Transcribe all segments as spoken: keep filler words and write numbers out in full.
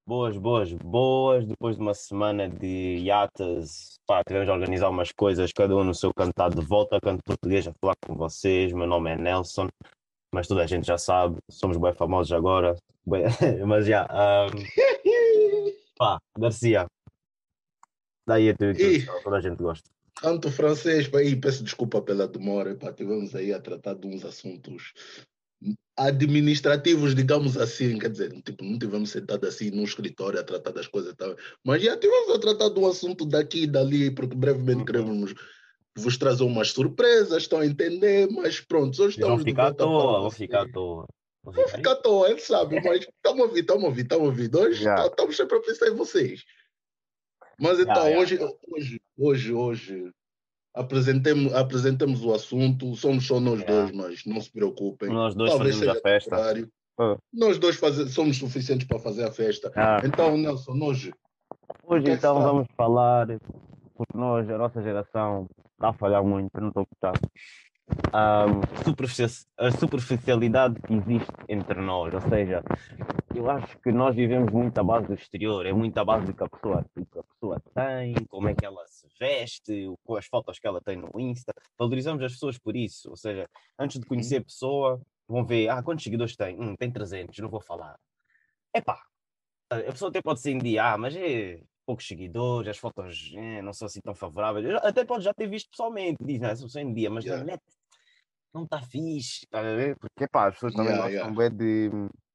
Boas, boas, boas. Depois de uma semana de hiatas, pá, tivemos a organizar umas coisas, cada um no seu canto está de volta, canto português, a falar com vocês. Meu nome é Nelson, mas toda a gente já sabe, somos bem famosos agora. Bué- Mas já, ahm, pá, Garcia, daí a tu E introdução, toda a gente gosta. tanto francês, pá, e peço desculpa pela demora, pá, tivemos aí a tratar de uns assuntos administrativos, digamos assim, quer dizer, tipo, não tivemos sentado assim num escritório a tratar das coisas, e tal, mas já tivemos a tratar de um assunto daqui e dali, porque brevemente Uhum. queremos vos trazer umas surpresas, estão a entender, mas pronto, hoje Vocês vão estamos de ficar à volta para toa, vão ficar à vocês. toa. Vão Vou ficar aí? ficar à toa, ele sabe, mas estamos a ouvir, estamos a ouvir, estamos a ouvir. Hoje Já, estamos sempre a pensar em vocês. Mas já, então, já, hoje, já. hoje, hoje, hoje, apresentemos, apresentemos o assunto. Somos só nós dois, Já. mas não se preocupem. Nós dois Talvez fazemos a seja festa. temporário. Ah, Nós dois faze- somos suficientes para fazer a festa. ah. Então, Nelson, hoje, do Hoje que é que se então trata? vamos falar, porque nós, a nossa geração, está a falhar muito, eu não estou a gostar. Ahm, superfici- a superficialidade que existe entre nós, ou seja, eu acho que nós vivemos muito à base do exterior, é muito à base do que a pessoa, do que a pessoa tem, como é que ela se veste, o- com as fotos que ela tem no Insta. Valorizamos as pessoas por isso, ou seja, antes de Uhum. conhecer a pessoa, vão ver, ah, quantos seguidores tem? Hum, tem trezentos, não vou falar. Epá, a pessoa até pode ser em dia, ah, mas é poucos seguidores, as fotos eh, não são assim tão favoráveis. Eu já- até pode já ter visto pessoalmente, diz, não, são em dia, mas na Yeah, net não está fixe, estás a ver? Porque pá, as pessoas também yeah, yeah. gostam bem de,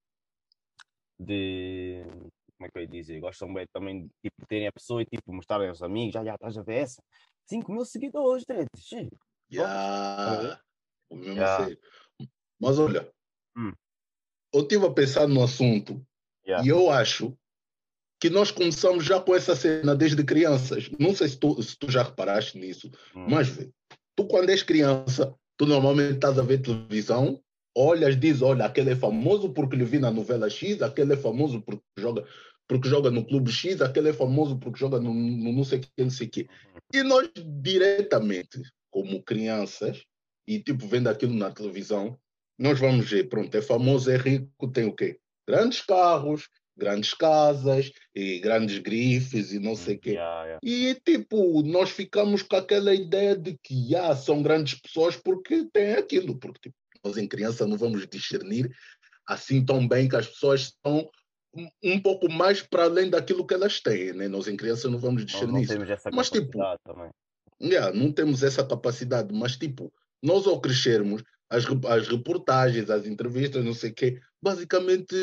de. Como é que eu ia dizer? Gostam bem também de tipo, terem a pessoa e tipo, mostrarem aos amigos, já, já, estás a ver essa? cinco mil seguidores, tretes. Podes. Estás a ver? Yeah. O mesmo a Já. sério. Mas olha, Hum, eu estive a pensar no assunto já. e eu acho que nós começamos já com essa cena desde crianças. Não sei se tu, se tu já reparaste nisso, Hum, mas vê, tu quando és criança, tu normalmente estás a ver televisão, olhas, diz, olha, aquele é famoso porque lhe vi na novela X, aquele é famoso porque joga, porque joga no clube X, aquele é famoso porque joga no, no não sei o que, não sei o que. E nós diretamente, como crianças, e tipo vendo aquilo na televisão, nós vamos ver, pronto, é famoso, é rico, tem o quê? Grandes carros, grandes casas, e grandes grifes e não hum, sei o quê. já, já. E, tipo, nós ficamos com aquela ideia de que ah, são grandes pessoas porque têm aquilo, porque tipo, nós em criança não vamos discernir assim tão bem que as pessoas são um, um pouco mais para além daquilo que elas têm, né? Nós em criança não vamos Nós discernir não isso. temos essa Mas, tipo, capacidade também. yeah, não temos essa capacidade, mas, tipo, nós ao crescermos, as, as reportagens, as entrevistas, não sei o quê, basicamente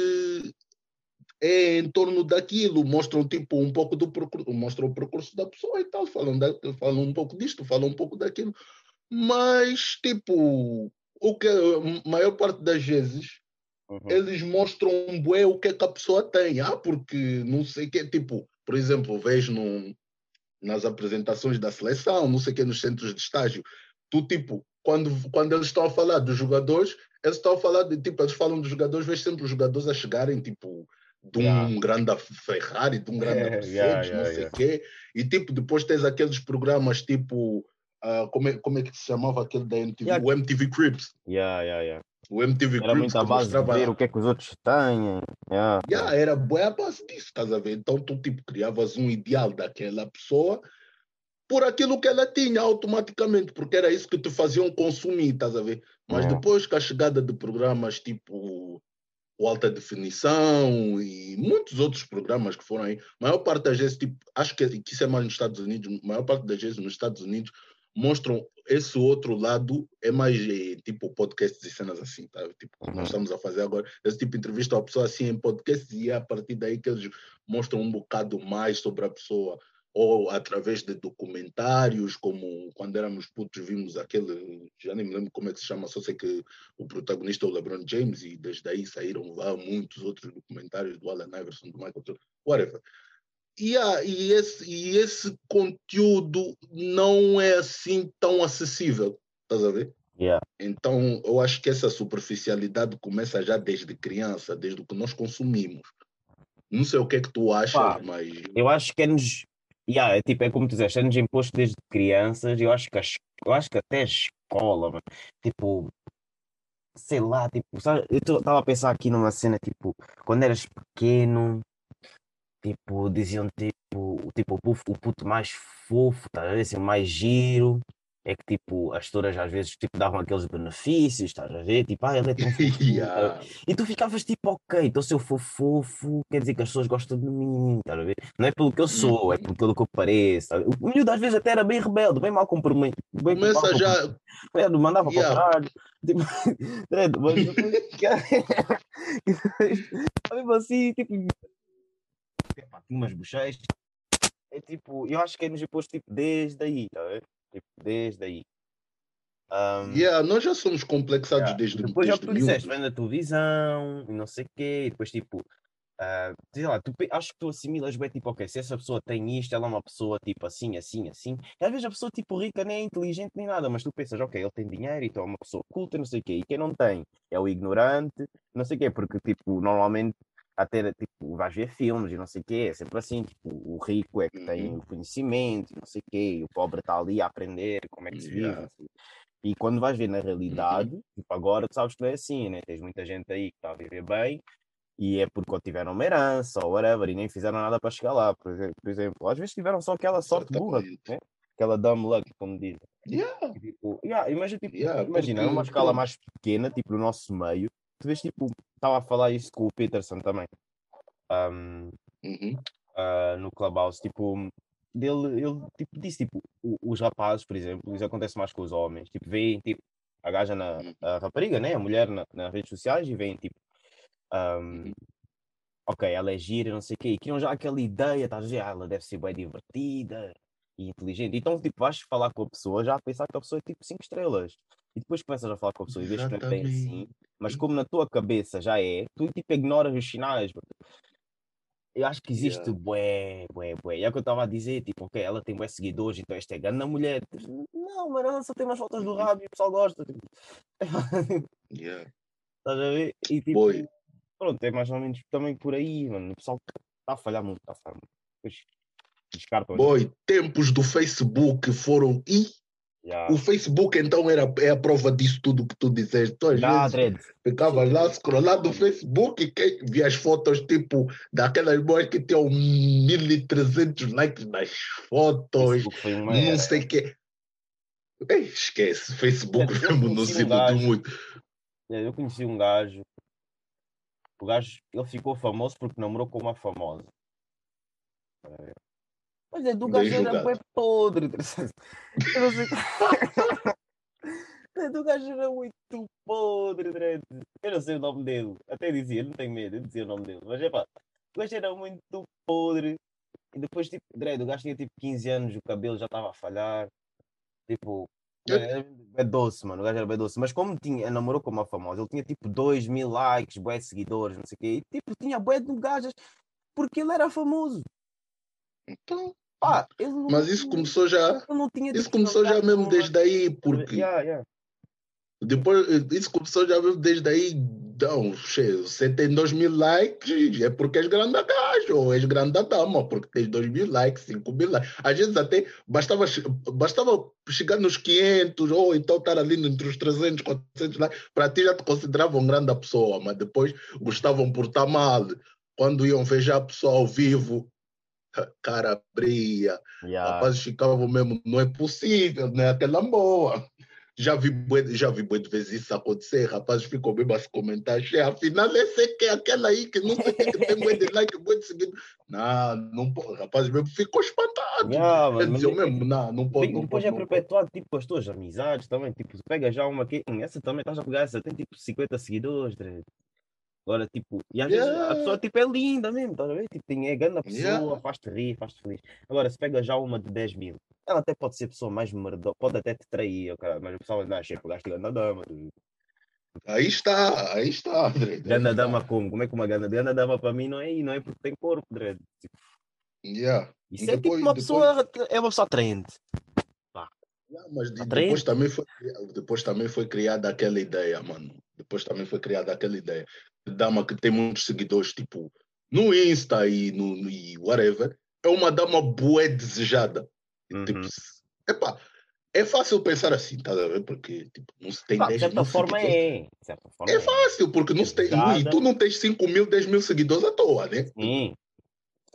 é em torno daquilo, mostram tipo um pouco do percurso, mostram o percurso da pessoa e tal, falam, da, falam um pouco disto, falam um pouco daquilo, mas tipo, o que a maior parte das vezes Uhum. eles mostram bué o que é que a pessoa tem, ah, porque não sei o que, tipo, por exemplo, vejo num, nas apresentações da seleção, não sei o que, nos centros de estágio, tu tipo, quando, quando eles estão a falar dos jogadores, eles estão a falar de tipo, eles falam dos jogadores, vejo sempre os jogadores a chegarem tipo de Já. um grande Ferrari, de um grande Já, Mercedes, não já, sei já. o quê, e tipo, depois tens aqueles programas tipo, uh, como, é, como é que se chamava aquele da M T V? Já, O M T V Cribs. já, já, já. O M T V Era Cribs muito à que base de ver o mostrava, que é que os outros têm. Já, já. yeah, era boa a base disso, estás a ver? Então tu tipo criavas um ideal daquela pessoa por aquilo que ela tinha automaticamente, porque era isso que te faziam consumir, estás a ver? Mas Já. depois com a chegada de programas tipo o Alta Definição e muitos outros programas que foram aí, a maior parte das vezes, tipo, acho que, que isso é mais nos Estados Unidos, a maior parte das vezes nos Estados Unidos mostram esse outro lado, é mais é, tipo podcasts e cenas assim, tá? Tipo, como nós Uhum. estamos a fazer agora, esse tipo de entrevista a pessoa assim em podcasts e é a partir daí que eles mostram um bocado mais sobre a pessoa ou através de documentários, como quando éramos putos vimos aquele, já nem me lembro como é que se chama, só sei que o protagonista é o LeBron James e desde aí saíram lá muitos outros documentários do Allen Iverson, do Michael Jordan, whatever. E, ah, e, esse, e esse conteúdo não é assim tão acessível, estás a ver? Yeah. Então, eu acho que essa superficialidade começa já desde criança, desde o que nós consumimos. Não sei o que é que tu achas, Pá, mas eu acho que é-nos. Yeah, é tipo, é como tu dizeste, é-nos imposto desde crianças. Eu acho que, a es- eu acho que até a escola, mano, tipo, sei lá, tipo, sabe, eu estava a pensar aqui numa cena, tipo, quando eras pequeno. tipo, diziam tipo, o- tipo o, puf- o puto mais fofo, tá a ver? Assim, o mais giro. É que tipo, as touras às vezes tipo, davam aqueles benefícios, estás a ver? Tipo, ah, ele é tão fofinho. Tá a ver? Yeah. E tu ficavas tipo, ok, então se eu for fofo, quer dizer que as pessoas gostam de mim, estás a ver? Não é pelo que eu sou, é Uhum. pelo que eu pareço. Tá a ver? O miúdo às vezes até era bem rebelde, bem mal comprometido, bem mal Começa já. comprometido. Mandava para o Yeah. caralho. Tipo, credo, mas depois. Mesmo assim, tipo, epá, tinha umas bochechas. É tipo, eu acho que é nos impostos tipo desde aí, tá a ver? Tipo, desde aí. Ahm, Yeah. Nós já somos complexados yeah. E desde, depois é o que desde tu disseste, miúdos. vem na televisão e não sei o quê, e depois tipo, ah, sei lá, tu, pe- acho que tu assimilas bem, tipo, ok, se essa pessoa tem isto, ela é uma pessoa tipo assim, assim, assim. E às vezes a pessoa tipo rica nem é inteligente nem nada, mas tu pensas, ok, ele tem dinheiro, então é uma pessoa culta, não sei o quê. E quem não tem é o ignorante, não sei o quê, porque tipo, normalmente até tipo, vais ver filmes e não sei o quê, é sempre assim, tipo, o rico é que tem Uhum. o conhecimento, e não sei o quê, e o pobre está ali a aprender como é que se vive, Yeah. não sei. E quando vais ver na Uhum. realidade, tipo, agora tu sabes que não é assim, né? Tens muita gente aí que está a viver bem e é porque ou tiveram uma herança ou whatever e nem fizeram nada para chegar lá, por exemplo. Por exemplo. Às vezes tiveram só aquela sorte burra, Certamente. né? Aquela dumb luck, como dizem. Yeah. E, tipo, yeah, imagina, tipo, Yeah. imagina, numa Porque, escala pronto. mais pequena, tipo no nosso meio, tu vês, tipo, estava a falar isso com o Peterson também, um, Uhum. uh, no Clubhouse, tipo, dele, ele tipo, disse, tipo, o- os rapazes, por exemplo, isso acontece mais com os homens, tipo, veem, tipo, a gaja na, Uhum. a rapariga, né, a mulher na, nas redes sociais e veem, tipo, um, Uhum. ok, ela é gira, não sei o quê, e criam já aquela ideia, estás a dizer, ah, ela deve ser bem divertida e inteligente. Então, tipo, vais falar com a pessoa já a pensar que a pessoa é tipo cinco estrelas. E depois começas a falar com a pessoa e vês que não é bem assim, Exatamente. mas como na tua cabeça já é, tu tipo ignoras os sinais. Eu acho que existe Yeah. bué, bué, bué. E é o que eu estava a dizer, tipo, ok, ela tem bué seguidores, então esta é grande mulher. Não, mas ela só tem umas fotos do Uhum. rabo e o pessoal gosta. Tipo, Yeah. estás a ver? E Boy. tipo, pronto, é mais ou menos também por aí, mano. O pessoal está a falhar muito, está a falhar muito. Depois descartam as Boy. Tempos do Facebook foram. E o Já, Facebook então era, é a prova disso tudo que tu disseste. Tu às já, vezes Dredd. ficavas lá scrollando no Facebook e quem via as fotos tipo daquelas boas que tinham mil e trezentos likes nas fotos, Facebook foi uma não era. sei o quê. Ei, esquece, Facebook Dredd, eu mesmo conheci nos um iludou gajo, muito. Dredd, eu conheci um gajo, o gajo, ele ficou famoso porque namorou com uma famosa. Mas é, do Bem gajo era bué julgado. podre. Eu não sei. O gajo era muito podre, Dredd. Eu não sei o nome dele. Até dizia, não tenho medo, eu dizia o nome dele. Mas é pá, o gajo era muito podre. E depois, tipo, Dredd, o gajo tinha tipo quinze anos, o cabelo já estava a falhar. Tipo, é, é doce, mano. O gajo era bem doce. Mas como tinha, namorou com uma famosa, ele tinha tipo dois mil likes, bué seguidores, não sei o quê. E tipo, tinha bué de gajas porque ele era famoso. Então, Pá, ele não, mas isso começou já, ele não tinha isso tipo começou já personalidade mesmo nenhuma. desde aí, porque Yeah, yeah. depois, isso começou já mesmo desde aí. Então, che, você tem dois mil likes, é porque és grande gajo, ou és grande dama, porque tens dois mil likes, cinco mil likes. Às vezes até bastava, che- bastava chegar nos quinhentos, ou então estar ali entre os trezentos, quatrocentos likes, para ti já te consideravam grande pessoa, mas depois gostavam por estar mal. Quando iam ver já a pessoa ao vivo, cara abria, Yeah. rapazes ficavam mesmo, não é possível, não é aquela boa. Já vi, bué- já vi bué de vezes isso acontecer, rapazes ficam mesmo a se comentar, "Che, afinal esse é que é aquela aí que não sei o que, que tem bué de like, bué de seguido. Não, não pode, rapazes mesmo ficou espantado. Yeah, Ele mano, mas dizia é- é- mesmo, não, não pode, vem- não depois pode, é não pode. perpetuado tipo com as tuas amizades também. Tipo, tu pega já uma que hum, essa também estás a pegar, essa tem tipo cinquenta seguidores. Tá. Agora, tipo, e às vezes a pessoa Yeah, tipo, é linda mesmo, estás a ver? Tipo, tem, é grande a pessoa, yeah, faz-te rir, faz-te feliz. Agora, se pega já uma de dez mil, ela até pode ser a pessoa mais merda, pode até te trair, cara, mas o pessoal não, achei, pegaste grande dama. aí está, aí está, André, aí Grande dama está. como? Como é que uma grande, grande dama para mim não é, não é porque tem corpo, Dredd. Tipo, Yeah. isso é tipo Depois, uma depois pessoa, é uma pessoa atraente. Pá, não, mas de- depois atraente? também foi, depois também foi criada aquela ideia, mano. Depois também foi criada aquela ideia. De dama que tem muitos seguidores, tipo, no Insta e no, no- e whatever, é uma dama bué desejada. E, tipo, Uhum. se- epá, é fácil pensar assim, tá a ver? Porque, tipo, não se tem Pá, de dez certa mil forma seguidores. é. De certa É forma é. fácil, porque não É se tem, não- e desejada, tu não tens cinco mil, dez mil seguidores à toa, né? sim.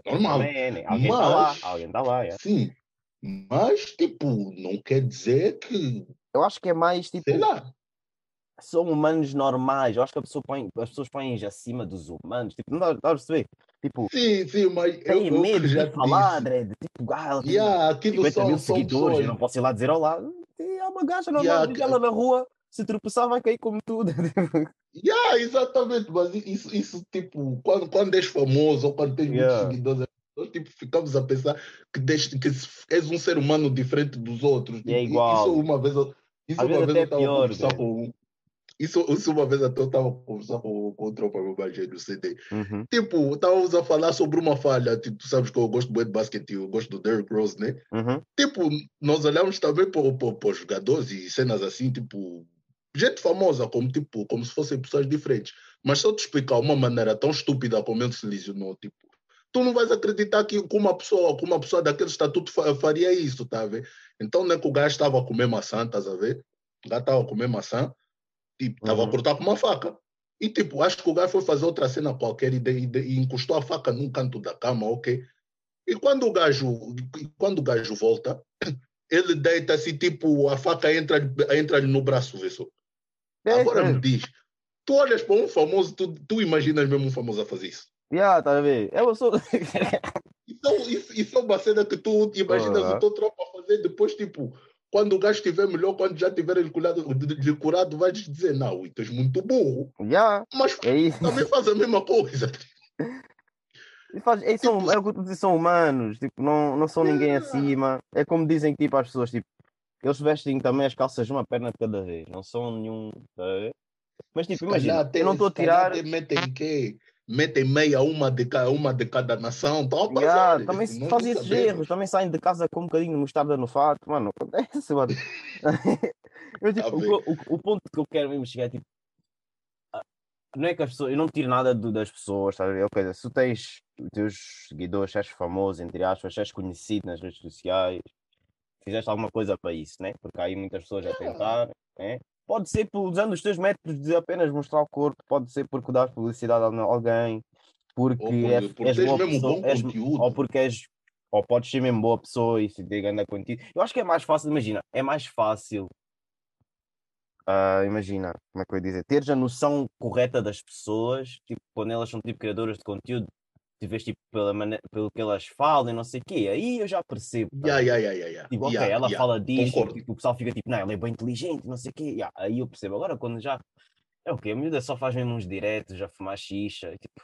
normal. Também é, né? Alguém está lá, Mas, alguém está lá, é. sim, mas, tipo, não quer dizer que, Eu acho que é mais, sei tipo, lá. são humanos normais. Eu acho que a pessoa põe, as pessoas põem acima dos humanos. Tipo, não dá, dá a perceber? Tipo, Sim, sim, mas eu, têm eu que medo de já ir te falar, disse. Dredd. Tipo, ah, ela tem Yeah, aquilo cinquenta mil são, são seguidores, eu pessoas. não posso ir lá dizer olá. E é uma gaja normal, Yeah, vejo ela na rua, se tropeçar vai cair como tudo. yeah, exatamente, mas isso, isso tipo, quando, quando és famoso ou quando tens muitos Yeah. seguidores, nós tipo, ficamos a pensar que, des- que és um ser humano diferente dos outros. E é Tipo, i- isso igual. uma vez, eu- isso Às uma vezes vez até eu é estava a pior, conversar Dredd. com um. Isso, isso uma vez até eu estava a conversar com, com o tropa meu mais velho, C D. Uhum, Tipo, estávamos a falar sobre uma falha. Tipo, tu sabes que eu gosto muito de basquete, eu gosto do Derrick Rose, né? uhum. Tipo, nós olhamos também para os jogadores e cenas assim, tipo, gente famosa, como, tipo, como se fossem pessoas diferentes. Mas se eu te explicar uma maneira tão estúpida como ele se lesionou, tipo, tu não vais acreditar que que uma pessoa, que uma pessoa daquele estatuto fa- faria isso, tá a ver? Então, não é que o gajo estava a comer maçã, estás a ver? O gajo estava a comer maçã, tipo, estava a Uhum. cortar com uma faca. E, tipo, acho que o gajo foi fazer outra cena qualquer e, de- e de- e encostou a faca num canto da cama, ok? E quando o gajo, e quando o gajo volta, ele deita assim, tipo, a faca entra, entra no braço, vê só. É, Agora me é. diz, tu olhas para um famoso, tu, tu imaginas mesmo um famoso a fazer isso? Yeah, tá a ver? Eu sou. Então, isso, isso é uma cena que tu imaginas o Uhum. teu tropa a fazer depois, tipo, quando o gajo estiver melhor, quando já tiver ele curado, lhe curado, vais dizer, não, tu és muito burro. Yeah, Mas é isso. também faz a mesma coisa. E faz, é, Tipo, são, é o que eu te disse, são humanos, tipo, não, não são ninguém yeah. acima. É como dizem tipo, às pessoas, tipo, eles vestem também as calças uma perna de cada vez, não são nenhum. Tá a ver? Mas Se tipo, calhar imagina, eu não até, estou a se calhar tirar. até metem quê? Metem meia uma de, ca- uma de cada nação, tal, para Yeah, azar. também Isso se nós não fazem esses erros, sabemos. também saem de casa com um bocadinho de mostarda no fato, mano, acontece, mano. Eu, Tá a tipo, o, que ver? eu- o, o ponto que eu quero mesmo chegar é tipo, não é que as pessoas, eu não tiro nada do- das pessoas, sabe? Ok, se tu tens os teus seguidores, se és famoso, entre aspas, se és conhecido nas redes sociais, fizeste alguma coisa para isso, né? Porque há aí muitas pessoas a Yeah. tentar, né? Pode ser por, usando os teus métodos de apenas mostrar o corpo, pode ser porque dás publicidade a alguém, Ou porque por, é- por és teres boa mesmo pessoa, bom és, ou conteúdo. porque és, ou podes ser mesmo boa pessoa e se ter ganda contigo. Eu acho que é mais fácil, imagina, é mais fácil, ah, imagina, como é que eu ia dizer, teres a noção correta das pessoas, tipo, quando elas são tipo criadoras de conteúdo, tu vês tipo pela maneira, pelo que elas falam e não sei o quê, aí eu já percebo, tá a Yeah, ver? yeah, yeah, yeah, yeah. Tipo, ok, Yeah, ela yeah. fala disto e Concordo. tipo, o pessoal fica tipo, não, ela é bem inteligente, não sei o quê. Yeah, aí eu percebo. Agora, quando já. É o quê? A miúda só faz mesmo uns diretos, já fumar xixa. E, tipo,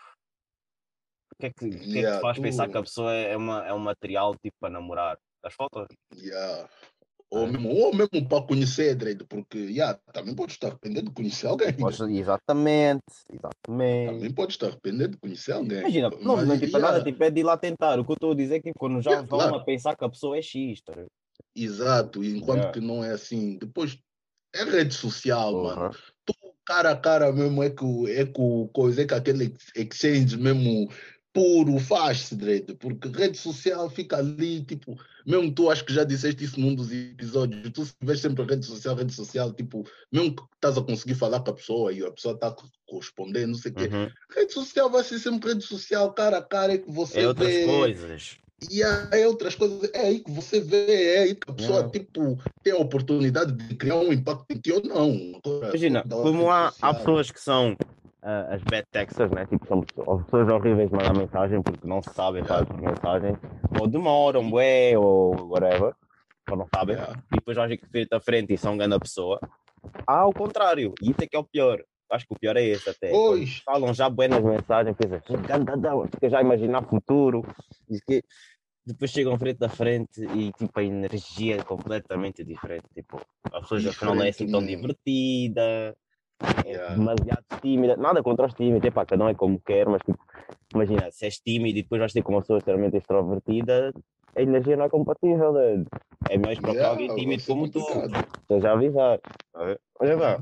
o que é que, o que é que te Yeah, faz pensar que tu. a pessoa é, uma, é um material tipo para namorar? As fotos? Yeah. Ou É? mesmo, ou mesmo para conhecer, Dredd, porque yeah, também pode estar arrependendo de conhecer alguém. Poxa, Dredd. exatamente, exatamente. Também pode estar arrependendo de conhecer alguém. Imagina, não, Mas, não é tipo para nada, yeah, tipo, é de ir lá tentar. O que eu estou a dizer é que tipo, quando já yeah, vão a claro, pensar que a pessoa é X, tá a ver? exato. E enquanto Yeah. que não é assim, depois é rede social, mano. Porra. Tu, cara a cara mesmo, é que, o- é que o coisa, é que aquele exchange mesmo puro faz-se, Dredd, porque rede social fica ali, tipo, mesmo tu acho que já disseste isso num dos episódios, tu se vês sempre rede social, rede social, tipo, mesmo que estás a conseguir falar com a pessoa e a pessoa está a corresponder, não sei o quê, Uhum. rede social vai ser sempre rede social, cara a cara, é que É você outras vê. coisas. E há é outras coisas, é aí que você vê, é aí que a pessoa, Yeah. tipo, tem a oportunidade de criar um impacto em ti ou não. Agora, Imagina, toda a como rede há, há social. pessoas que são ah, as bad texters, né? Tipo, são pessoas, pessoas horríveis de mandar mensagem porque não se sabem Yeah, fazer mensagem, ou demoram, bué, ou whatever, ou não sabem, yeah. e depois vais ver que frente a frente e são grande pessoa. Há o contrário, e isso é que é o pior. Acho que o pior é esse até. Quando Pois, falam já bué nas mensagens, coisas, gandadão, fica já a imaginar futuro, diz que depois chegam frente a frente e tipo a energia é completamente diferente. Tipo, a pessoa já afinal não é diferente assim tão mesmo. divertida, é Yeah, demasiado tímida. Nada contra os tímidos, epá, cada um é como quer, mas tipo, imagina, se és tímido e depois vais ter com uma pessoa extremamente extrovertida, a energia não é compatível. É, é melhor ir procurar alguém yeah, vai tímido ser como tu. complicado. Esteja a avisar. Tá a ver? Olha Yeah. lá,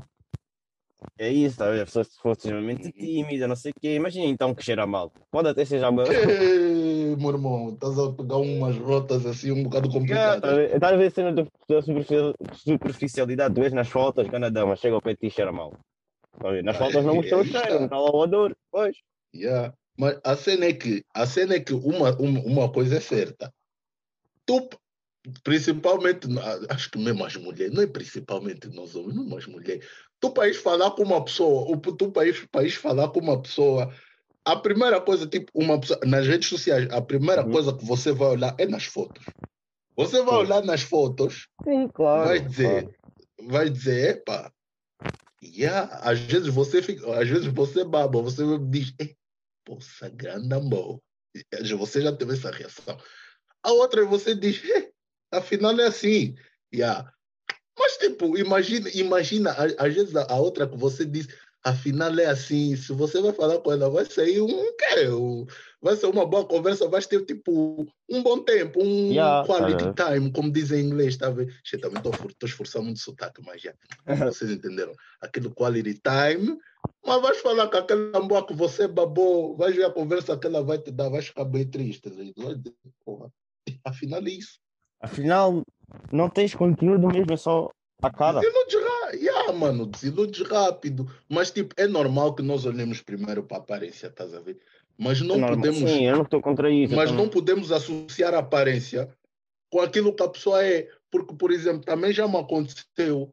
é isso, tá a ver? A pessoa se fosse extremamente tímida, não sei o quê. Imagina então que cheira mal. Pode até ser já mal. Ei, meu irmão, estás a pegar umas rotas assim um bocado Yeah, tá a complicadas. ver? Estás a ver a cena da da superficial- superficialidade, tu vês nas fotos, ganadão, mas chega ao pé de ti e cheira mal. Tá a ver? Nas Ah, fotos não mostrou o aí cheiro, não está. está lá o odor. Pois. Yeah. Mas a cena é que, a cena é que uma, uma, uma coisa é certa. Tu, principalmente, acho que mesmo as mulheres, não é principalmente nós homens, não as mulheres. Tu para ir falar com uma pessoa, ou tu para ir, para ir falar com uma pessoa, a primeira coisa, tipo, uma pessoa, nas redes sociais, a primeira Uhum. coisa que você vai olhar é nas fotos. Você vai Sim, olhar nas fotos, sim, vai claro, dizer, claro. vai dizer, epa, yeah. Às vezes você fica, às vezes você baba, você diz, "Eh, poça, grande amor." Você já teve essa reação. A outra você diz, "Eh, afinal é assim." Yeah. Mas, tipo, imagina, imagina, a- às vezes a, a outra que você diz, afinal é assim, se você vai falar com ela, vai sair um, quê? Um- vai ser uma boa conversa, vai ter, tipo, um bom tempo, um Yeah, tá a quality ver? time, como dizem em inglês, tá a ver? Che, também estou esforçando muito sotaque, mas já, vocês entenderam? Aquele quality time, mas vais falar com aquela boa que você babou, vais ver a conversa que ela vai te dar, vais ficar bem triste. Vai dizer, porra, afinal é isso. Afinal, não tens conteúdo mesmo, é só a cara. Desilude rápido. Yeah, mano, desilude rápido. Mas, tipo, é normal que nós olhemos primeiro para a aparência, estás a ver? Mas É não normal. podemos, Sim, eu não estou contra isso, eu mas não também. podemos associar a aparência com aquilo que a pessoa é. Porque, por exemplo, também já me aconteceu,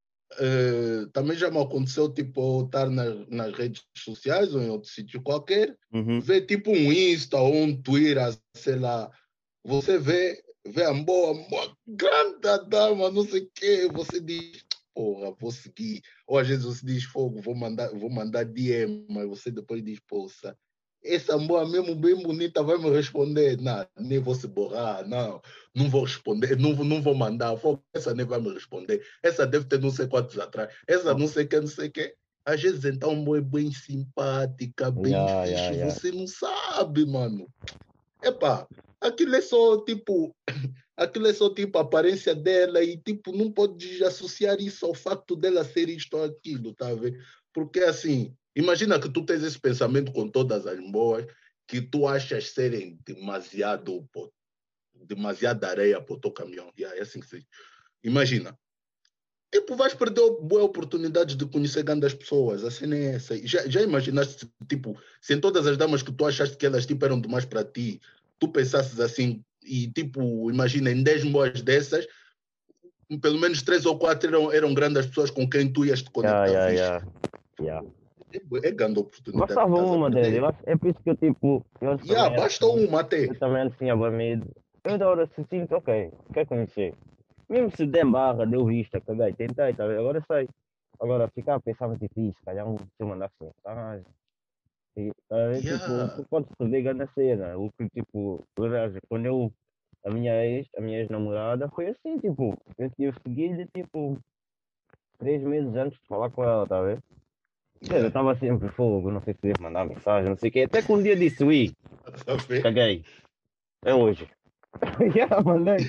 eh, também já me aconteceu, tipo, eu estar nas, nas redes sociais ou em outro sítio qualquer, Uhum. ver, tipo, um Insta ou um Twitter, sei lá, você vê, vê a boa, boa grande dama, não sei o quê, você diz, porra, vou seguir. Ou às vezes você diz, fogo, vou mandar, vou mandar D M, mas você depois diz, poça, essa boa mesmo bem bonita vai me responder. Não, nem vou se borrar, não, não vou responder, não, vou- não vou mandar, fogo, essa nem vai me responder. Essa deve ter não sei quantos atrás, essa não sei o que, não sei o que. Às vezes então é bem simpática, bem Yeah, yeah, fixe, yeah. você não sabe, mano. Epá, aquilo é só tipo, aquilo é só tipo a aparência dela e tipo, não podes associar isso ao facto dela ser isto ou aquilo, tá a ver? Porque assim, imagina que tu tens esse pensamento com todas as boas que tu achas serem demasiado, pô, demasiada areia para o teu caminhão. Yeah, é assim que se diz. Imagina. Tipo, vais perder boas oportunidades de conhecer grandes pessoas, assim nem é essa. Já, já imaginaste, tipo, se em todas as damas que tu achaste que elas tipo, eram demais para ti, tu pensasses assim, e tipo, imagina, em dez boas dessas, pelo menos três ou quatro eram, eram grandes pessoas com quem tu ias te Yeah, conectar, yeah, vixe. yeah. Yeah. É, é grande oportunidade que Bastava estás a uma deles, perder. eu acho- é por isso que eu tipo, eu antes Yeah, também era basta assim, uma até. eu também antes tinha bem medo. Eu da hora se sinto, ok, quer conhecer. Mesmo se der barra, deu vista, caguei, tentei, tá, a ver? Agora sei. Agora ficar a pensar muito tipo, se calhar um, se eu mandasse mensagem. E, tá a ver? Tipo, Yeah, tu podes perder grande cena. O que tipo, aliás, quando eu, a minha ex, a minha ex-namorada, foi assim, tipo, eu tinha seguido tipo três meses antes de falar com ela, tá a ver? Eu yeah. estava sempre fogo, não sei se devo mandar mensagem, não sei o quê. Até que um dia disse, ui, A ver? caguei, é hoje. Já, mandei.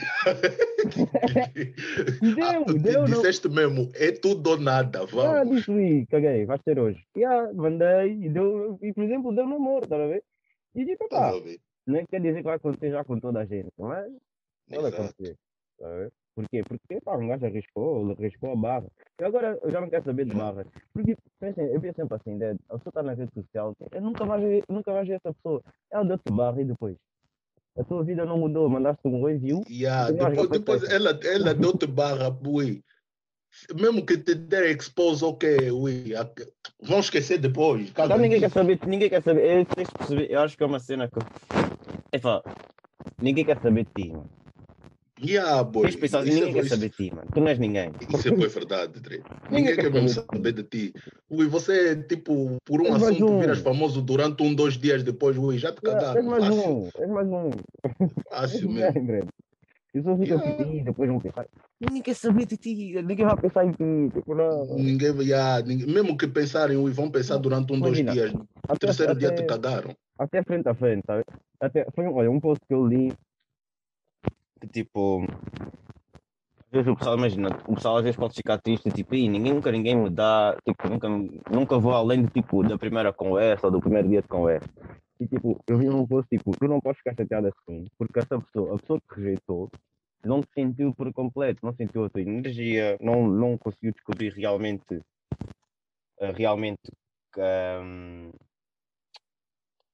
E Ah, deu, deu, não. disseste mesmo, é tudo ou nada, Já vamos. disse, ui, caguei, vai ser hoje. Já, mandei e deu, e por exemplo, deu namoro, tá a ver? E tipo, Estás pá, a ver? não é que quer dizer que vai acontecer já com toda a gente, mas pode Exato. acontecer, tá a ver? Porquê? Porque, pá, um gajo arriscou, ele arriscou a barra. E agora eu já não quero saber de Yeah. barra. Porque, pensem, eu penso sempre assim, né? A pessoa está na rede social, eu nunca vais ver, nunca vais ver essa pessoa. Ela deu-te barra e depois. A tua vida não mudou, mandaste um oi, viu? E Yeah. tem mais Depois, para depois seca. ela, ela deu-te barra, ui. Mesmo que te der expose, ok, ui. Vão esquecer depois, Então caga ninguém quer nisso. saber, ninguém quer saber. Eu, tens que perceber, eu acho que é uma cena que. É pá, ninguém quer saber de ti, mano. Yeah, boy. Tens de pensar assim, Isso ninguém é, quer isso, saber de ti, mano. Tu não és ninguém. isso é boa verdade, Dre. Ninguém Ninguém quer quer mesmo saber de saber ti. de ti. Ui, você, tipo, por um És mais assunto viras um. famoso durante um, dois dias depois, ui, já te Yeah, és cagaram. mais Fácil. um. És mais um. És Fácil ninguém, mesmo. Breno. E as pessoas ficam tipo, Yeah. "Ih, depois vão pensar. Ninguém quer saber de ti. Ninguém vai pensar em ti. Tipo, não. Ninguém, yeah, ninguém, mesmo que pensarem, ui, vão pensar durante um, dois Imagina, dias. até, Terceiro dia te até, cagaram. até frente a frente, sabe? Até, foi, um- olha, um post que eu li que tipo. Às vezes o pessoal, imagina, o pessoal às vezes pode ficar triste, tipo, "Ih, ninguém, nunca ninguém me dá, tipo, nunca, nunca vou além de, tipo, da primeira conversa ou do primeiro dia de conversa. E, tipo, eu vi um post, tipo, tu não podes ficar chateado assim, porque essa pessoa, a pessoa que te rejeitou, não te sentiu por completo, não sentiu a tua energia, não, não conseguiu descobrir realmente, eh, realmente, hum,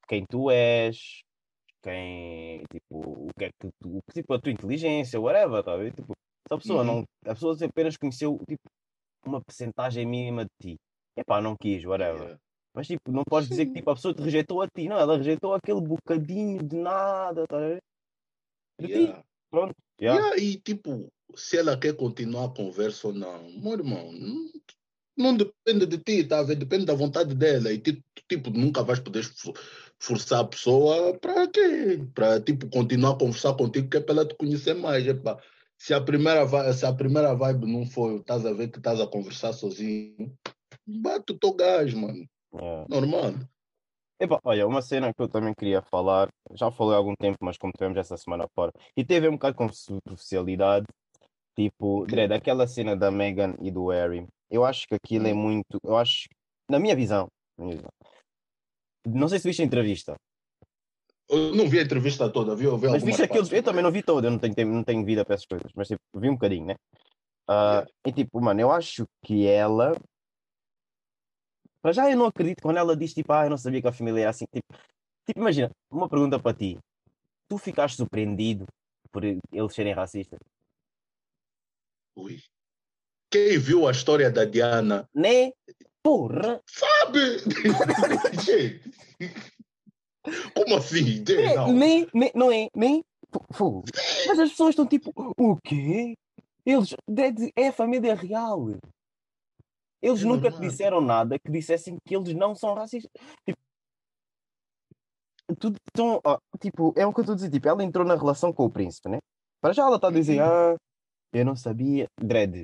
quem tu és, quem, tipo, o que é que tu, tipo, a tua inteligência, whatever, tá a ver? Tipo, se a pessoa Uhum. não, a pessoa apenas conheceu, tipo, uma percentagem mínima de ti. Epá, não quis, whatever. Yeah. Mas, tipo, não podes dizer que, Sim. tipo, a pessoa te rejeitou a ti, não, ela rejeitou aquele bocadinho de nada, tá a ver? De ti, Yeah. pronto, já. Yeah. E tipo, se ela quer continuar a conversa ou não, meu irmão, não, não depende de ti, tá a ver? Depende da vontade dela. E tipo, tipo nunca vais poder for- forçar a pessoa para quê? Para tipo, continuar a conversar contigo, que é para ela te conhecer mais. Epá. Se a primeira, vi- se a primeira vibe não foi, estás a ver que estás a conversar sozinho, bate o teu gás, mano. É. Normal. Epá, olha, uma cena que eu também queria falar, já falei há algum tempo, mas como tivemos essa semana fora, e teve um bocado com superficialidade, tipo, Ok. Dredd, aquela cena da Meghan e do Harry, eu acho que aquilo é Hum. muito, eu acho, na minha visão, na minha visão, não sei se viste a entrevista, Eu não vi a entrevista toda, vi, vi mas algumas viste aqueles, partes, eu também mas não vi todo, eu não tenho, tempo- não tenho vida para essas coisas, mas tipo, vi um bocadinho, né? Ah, yeah. e tipo, mano, eu acho que ela, para já eu não acredito quando ela diz, tipo, ah, eu não sabia que a família era assim, tipo, tipo, imagina, uma pergunta para ti, tu ficaste surpreendido por eles serem racistas? Ui. Quem viu a história da Diana Né? Porra! sabe? Gente, como assim? Gente, Né? não. Nem, nem, não é? Nem? Fogo. Mas as pessoas estão tipo, o quê? Eles, Dead é a família real. Eles É nunca te normal. disseram nada que dissessem que eles não são racistas. Tipo, tudo tão, ó, tipo, é o que eu estou a dizer. Tipo, ela entrou na relação com o príncipe, né? Para já ela está a dizer, Uhum. ah, eu não sabia. Dread.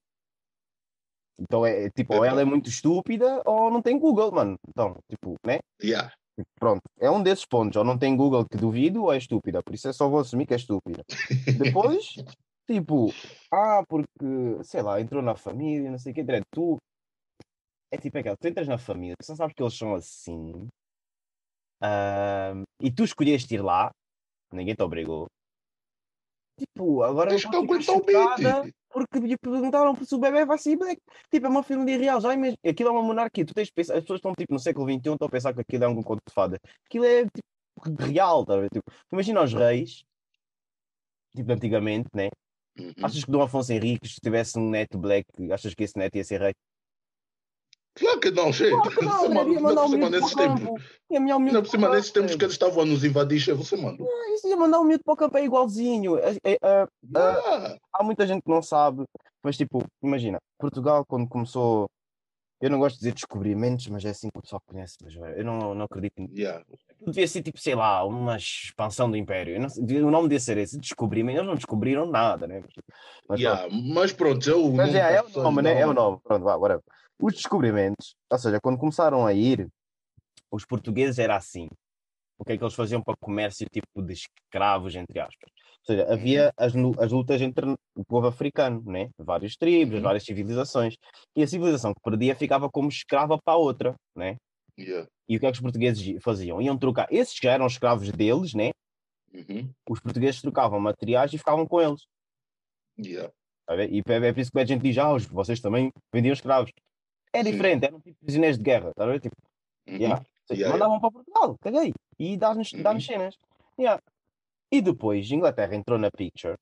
Então é é, tipo, ou ela Epa, é muito estúpida ou não tem Google, mano. Então, tipo, né? yeah. Pronto, é um desses pontos. Ou não tem Google que duvido, ou é estúpida. Por isso é só vou assumir que é estúpida. Depois, tipo, ah, porque, sei lá, entrou na família, não sei o que, Dredd, tu, é tipo aquela, tu entras na família, tu só sabes que eles são assim, ahm, e tu escolheste ir lá, ninguém te obrigou. Tipo, agora não Tens que podes ficar aguentar o beat. chocada porque lhe perguntaram se o bebê vai sair black. Tipo, é uma família real, já imagina, aquilo é uma monarquia, tu tens de pensar, as pessoas estão tipo no século vinte e um, estão a pensar que aquilo é um conto de fada. Aquilo é tipo real, tá a ver? Tipo, imagina os reis, tipo antigamente, né? Uhum. Achas que Dom Afonso Henriques, se tivesse um neto black, achas que esse neto ia ser rei? Claro que não, gente. Claro que não, Você é André, ia maluco. Ainda mandar por o cima miúdo para o nesses tempos. campo. Ia mandar o miúdo Ainda por para o cima nesses campo, tempos que André. eles estavam a nos invadir, che, você é maluco. Ah, isso ia mandar o miúdo para o campo é igualzinho. É- é- é- é- Yeah. há muita gente que não sabe, mas tipo, imagina, Portugal quando começou, eu não gosto de dizer descobrimentos, mas é assim que o pessoal conhece, mas eu não, não acredito. Yeah. Devia ser tipo, sei lá, uma expansão do Império. Eu não sei- o nome devia ser esse, descobrimento. Eles não descobriram nada, né? Mas pronto. Yeah. Mas pronto, é o Mas nome que é, as é o pessoas nome, né? É o dão. nome. Pronto, vá, whatever. Os descobrimentos, ou seja, quando começaram a ir, os portugueses era assim. O que é que eles faziam para comércio tipo de escravos, entre aspas. Ou seja, Uhum. havia as, lu- as lutas entre o povo africano, né? Várias tribos, Uhum. várias civilizações. E a civilização que perdia ficava como escrava para a outra, né? Yeah. E o que é que os portugueses faziam? Iam trocar. Esses que já eram escravos deles, né? Uhum. Os portugueses trocavam materiais e ficavam com eles. Yeah. Tá a ver? E é é por isso que a gente diz, ah, os- vocês também vendiam escravos. É Sim. diferente, eram tipo prisioneiros de guerra, tá a ver? Tipo, Uhum. yeah. Sim, Yeah, yeah. mandavam para Portugal, caguei. E dá-nos dá-nos Uhum. cenas. Yeah. E depois, Inglaterra entrou na picture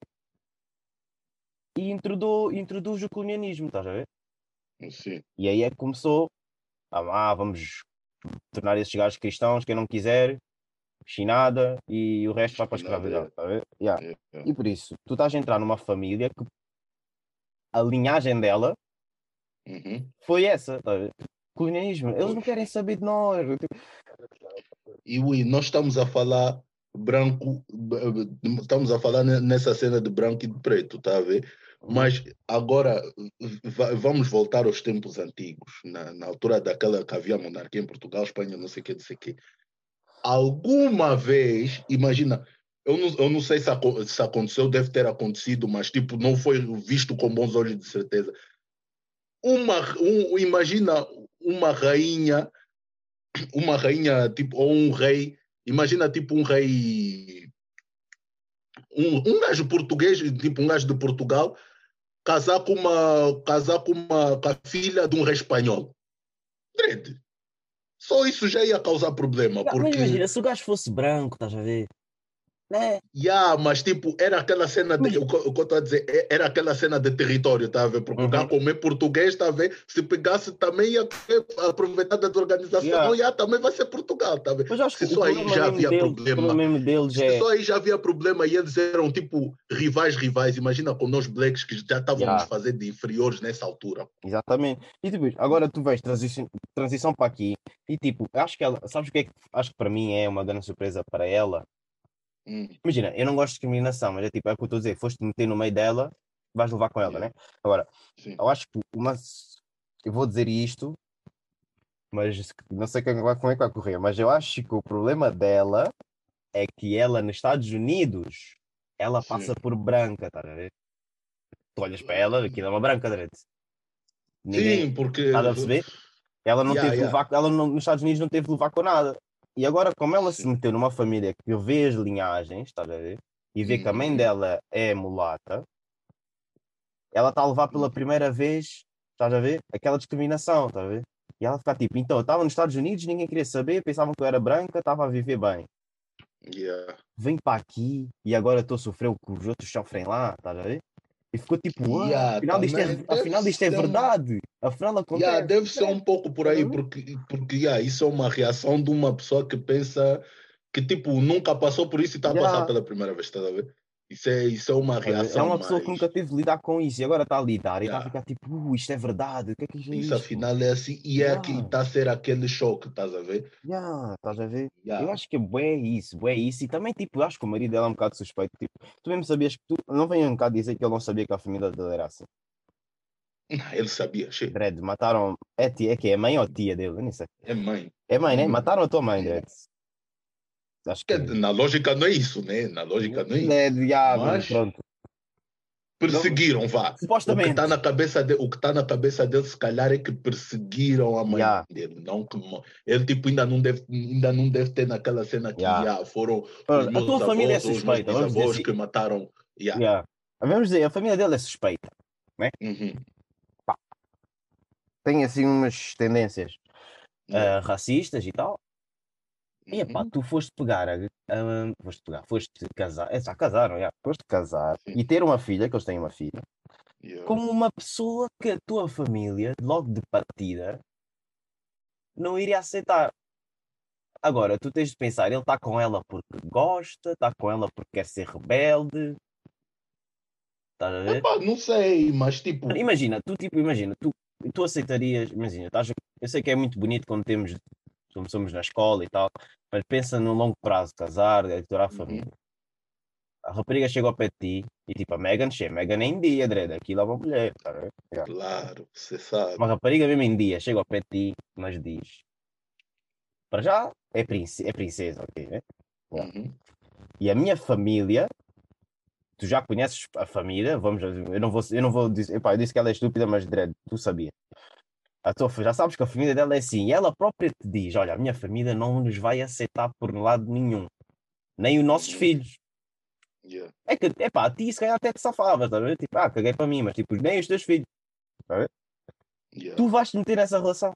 e introduz, introduz o colonialismo, estás a ver? Sim. E aí é que começou, ah, ah, vamos tornar esses gajos cristãos, quem não quiser, chinada, e o resto vai para a Nada, escravidão, yeah. tá a ver? Yeah. Yeah. Yeah. E por isso, tu estás a entrar numa família que a linhagem dela Uhum. foi essa, tá a ver? Colonialismo, eles não Pois. querem saber de nós. Tipo, E ui, nós estamos a falar branco, b- b- estamos a falar ne- nessa cena de branco e de preto, tá a ver? uhum, Mas agora va- vamos voltar aos tempos antigos, na, na altura daquela que havia monarquia em Portugal, Espanha, não sei o que, não sei o que. Alguma vez, imagina, eu não, eu não sei se, aco- se aconteceu, deve ter acontecido, mas tipo, não foi visto com bons olhos de certeza. Uma, um, imagina uma rainha uma rainha, tipo, ou um rei, imagina tipo um rei, um, um gajo português, tipo um gajo de Portugal, casar com uma, casar com uma com a filha de um rei espanhol. Drede. Só isso já ia causar problema, Yeah, mas porque imagina, se o gajo fosse branco, estás a ver? Né? yeah, mas tipo, era aquela cena de, Mas, o que o que eu estou a dizer, é- era aquela cena de território, tá a ver? Porque o uhum, gajo comer português, tá a ver? Se pegasse também ia querer aproveitar da tua organização, yeah. yeah, também vai ser Portugal, tá a ver? Mas eu acho que Se o só aí problema já mesmo havia deles, o problema problema, mesmo deles se é. só aí já havia problema e eles eram tipo rivais, rivais, imagina com nós blacks que já estávamos Yeah, fazer de inferiores nessa altura. exatamente. E tipo, agora tu vais transição, transição para aqui e tipo, acho que ela, sabes o que é que acho que para mim é uma grande surpresa para ela? Hum, Imagina, eu não gosto de discriminação, mas é tipo, é o que eu estou a dizer, foste meter no meio dela, vais levar com ela, yeah, né? Agora, sim. eu acho que uma, eu vou dizer isto, mas não sei como é como é que vai correr, mas eu acho que o problema dela é que ela nos Estados Unidos, ela passa Sim. por branca, tá a ver? Tu olhas para ela, aquilo é uma branca, direito. Ninguém, Sim, porque estás a perceber? Ela não yeah, teve de yeah. levar, ela não- nos Estados Unidos não teve de levar com nada. E agora, como ela se Sim. meteu numa família que vê as linhagens, estás a ver? E vê que a mãe Uhum. dela é mulata, ela está a levar pela primeira vez, estás a ver? Aquela discriminação, estás a ver? E ela fica tipo, então, eu estava nos Estados Unidos, ninguém queria saber, pensavam que eu era branca, estava a viver bem. Yeah. Vem para aqui e agora estou a sofrer o que os outros sofrem lá, estás a ver? E ficou tipo, ah, Yeah, afinal isto é, também deve afinal isto é ser um, verdade. Afinal yeah, acontece. deve ser um pouco por Estás a aí, ver? porque, porque yeah, isso é uma reação de uma pessoa que pensa que tipo nunca passou por isso e está a passar Já. pela primeira vez, estás a ver? Isso é, isso é uma É reação, uma pessoa que mas nunca teve de lidar com isso e agora está a lidar e está a yeah, ficar tipo, uh, isto é verdade, o que é que é isso isto? afinal é assim e é que Já, está a ser aquele choque, estás a ver? já, estás a ver? Eu Yeah. acho que é bué isso, bué isso. E também, tipo, eu acho que o marido dela é um bocado suspeito. Tipo, tu mesmo sabias que tu. Não venha um bocado dizer que ele não sabia que a família dele era assim. Ele sabia, che. Dredd, mataram. É, tia, é que é mãe ou tia dele? Eu nem sei. É mãe. É mãe, né? Hum, Mataram a tua mãe, yeah. Dredd. Acho Que que. na lógica não é isso, né? Na lógica não é isso. Dredd, já, mano, Mas pronto. Não, perseguiram, vá. O que está supostamente. na cabeça de, o que tá na cabeça dele, se calhar, é que perseguiram a mãe Já, dele, não que mo- ele tipo ainda não deve, ainda não deve ter naquela cena que já. ah, foram os Pronto, a tua meus família é avós ou os meus suspeita, vamos dizer bisavós assim. que mataram. Yeah. Já. Vamos dizer, a família dele é suspeita, né? Uhum. Pá, tem assim umas tendências Yeah. ah, racistas e tal. E epá, Uhum. tu foste pegar, a, a- foste pegar, foste casar, é, já casaram, já, foste casar Sim. e ter uma filha, que eles têm uma filha, Yeah. com uma pessoa que a tua família, logo de partida, não iria aceitar. Agora, tu tens de pensar, ele está com ela porque gosta, está com ela porque quer ser rebelde, estás a ver? Epá, não sei, mas tipo, Imagina, tu tipo, imagina, tu, tu aceitarias, imagina, estás, a- eu sei que é muito bonito quando temos, quando somos na escola e tal, mas pensa no longo prazo, casar, editar a uhum, família. A rapariga chega ao pé de ti e tipo, a Megan, che, Megan é em dia, Dredd, aquilo é uma mulher, tá a ver? Yeah. claro, você sabe. Uma rapariga mesmo em dia, chega ao pé de ti, mas diz, para já é, prince, é princesa, ok, né? Yeah. Uhum. E a minha família, tu já conheces a família, vamos, eu não vou, eu não vou dizer, epá, eu disse que ela é estúpida, mas Dredd, tu sabia. A tua, já sabes que a família dela é assim, e ela própria te diz, olha, a minha família não nos vai aceitar por lado nenhum, nem os nossos Uhum. filhos. Yeah. É que, epá, a ti se calhar até te safavas, tá a ver? Tipo, ah, caguei para mim, mas tipo, nem os teus filhos. Tá a ver? Yeah. Tu vais te meter nessa relação.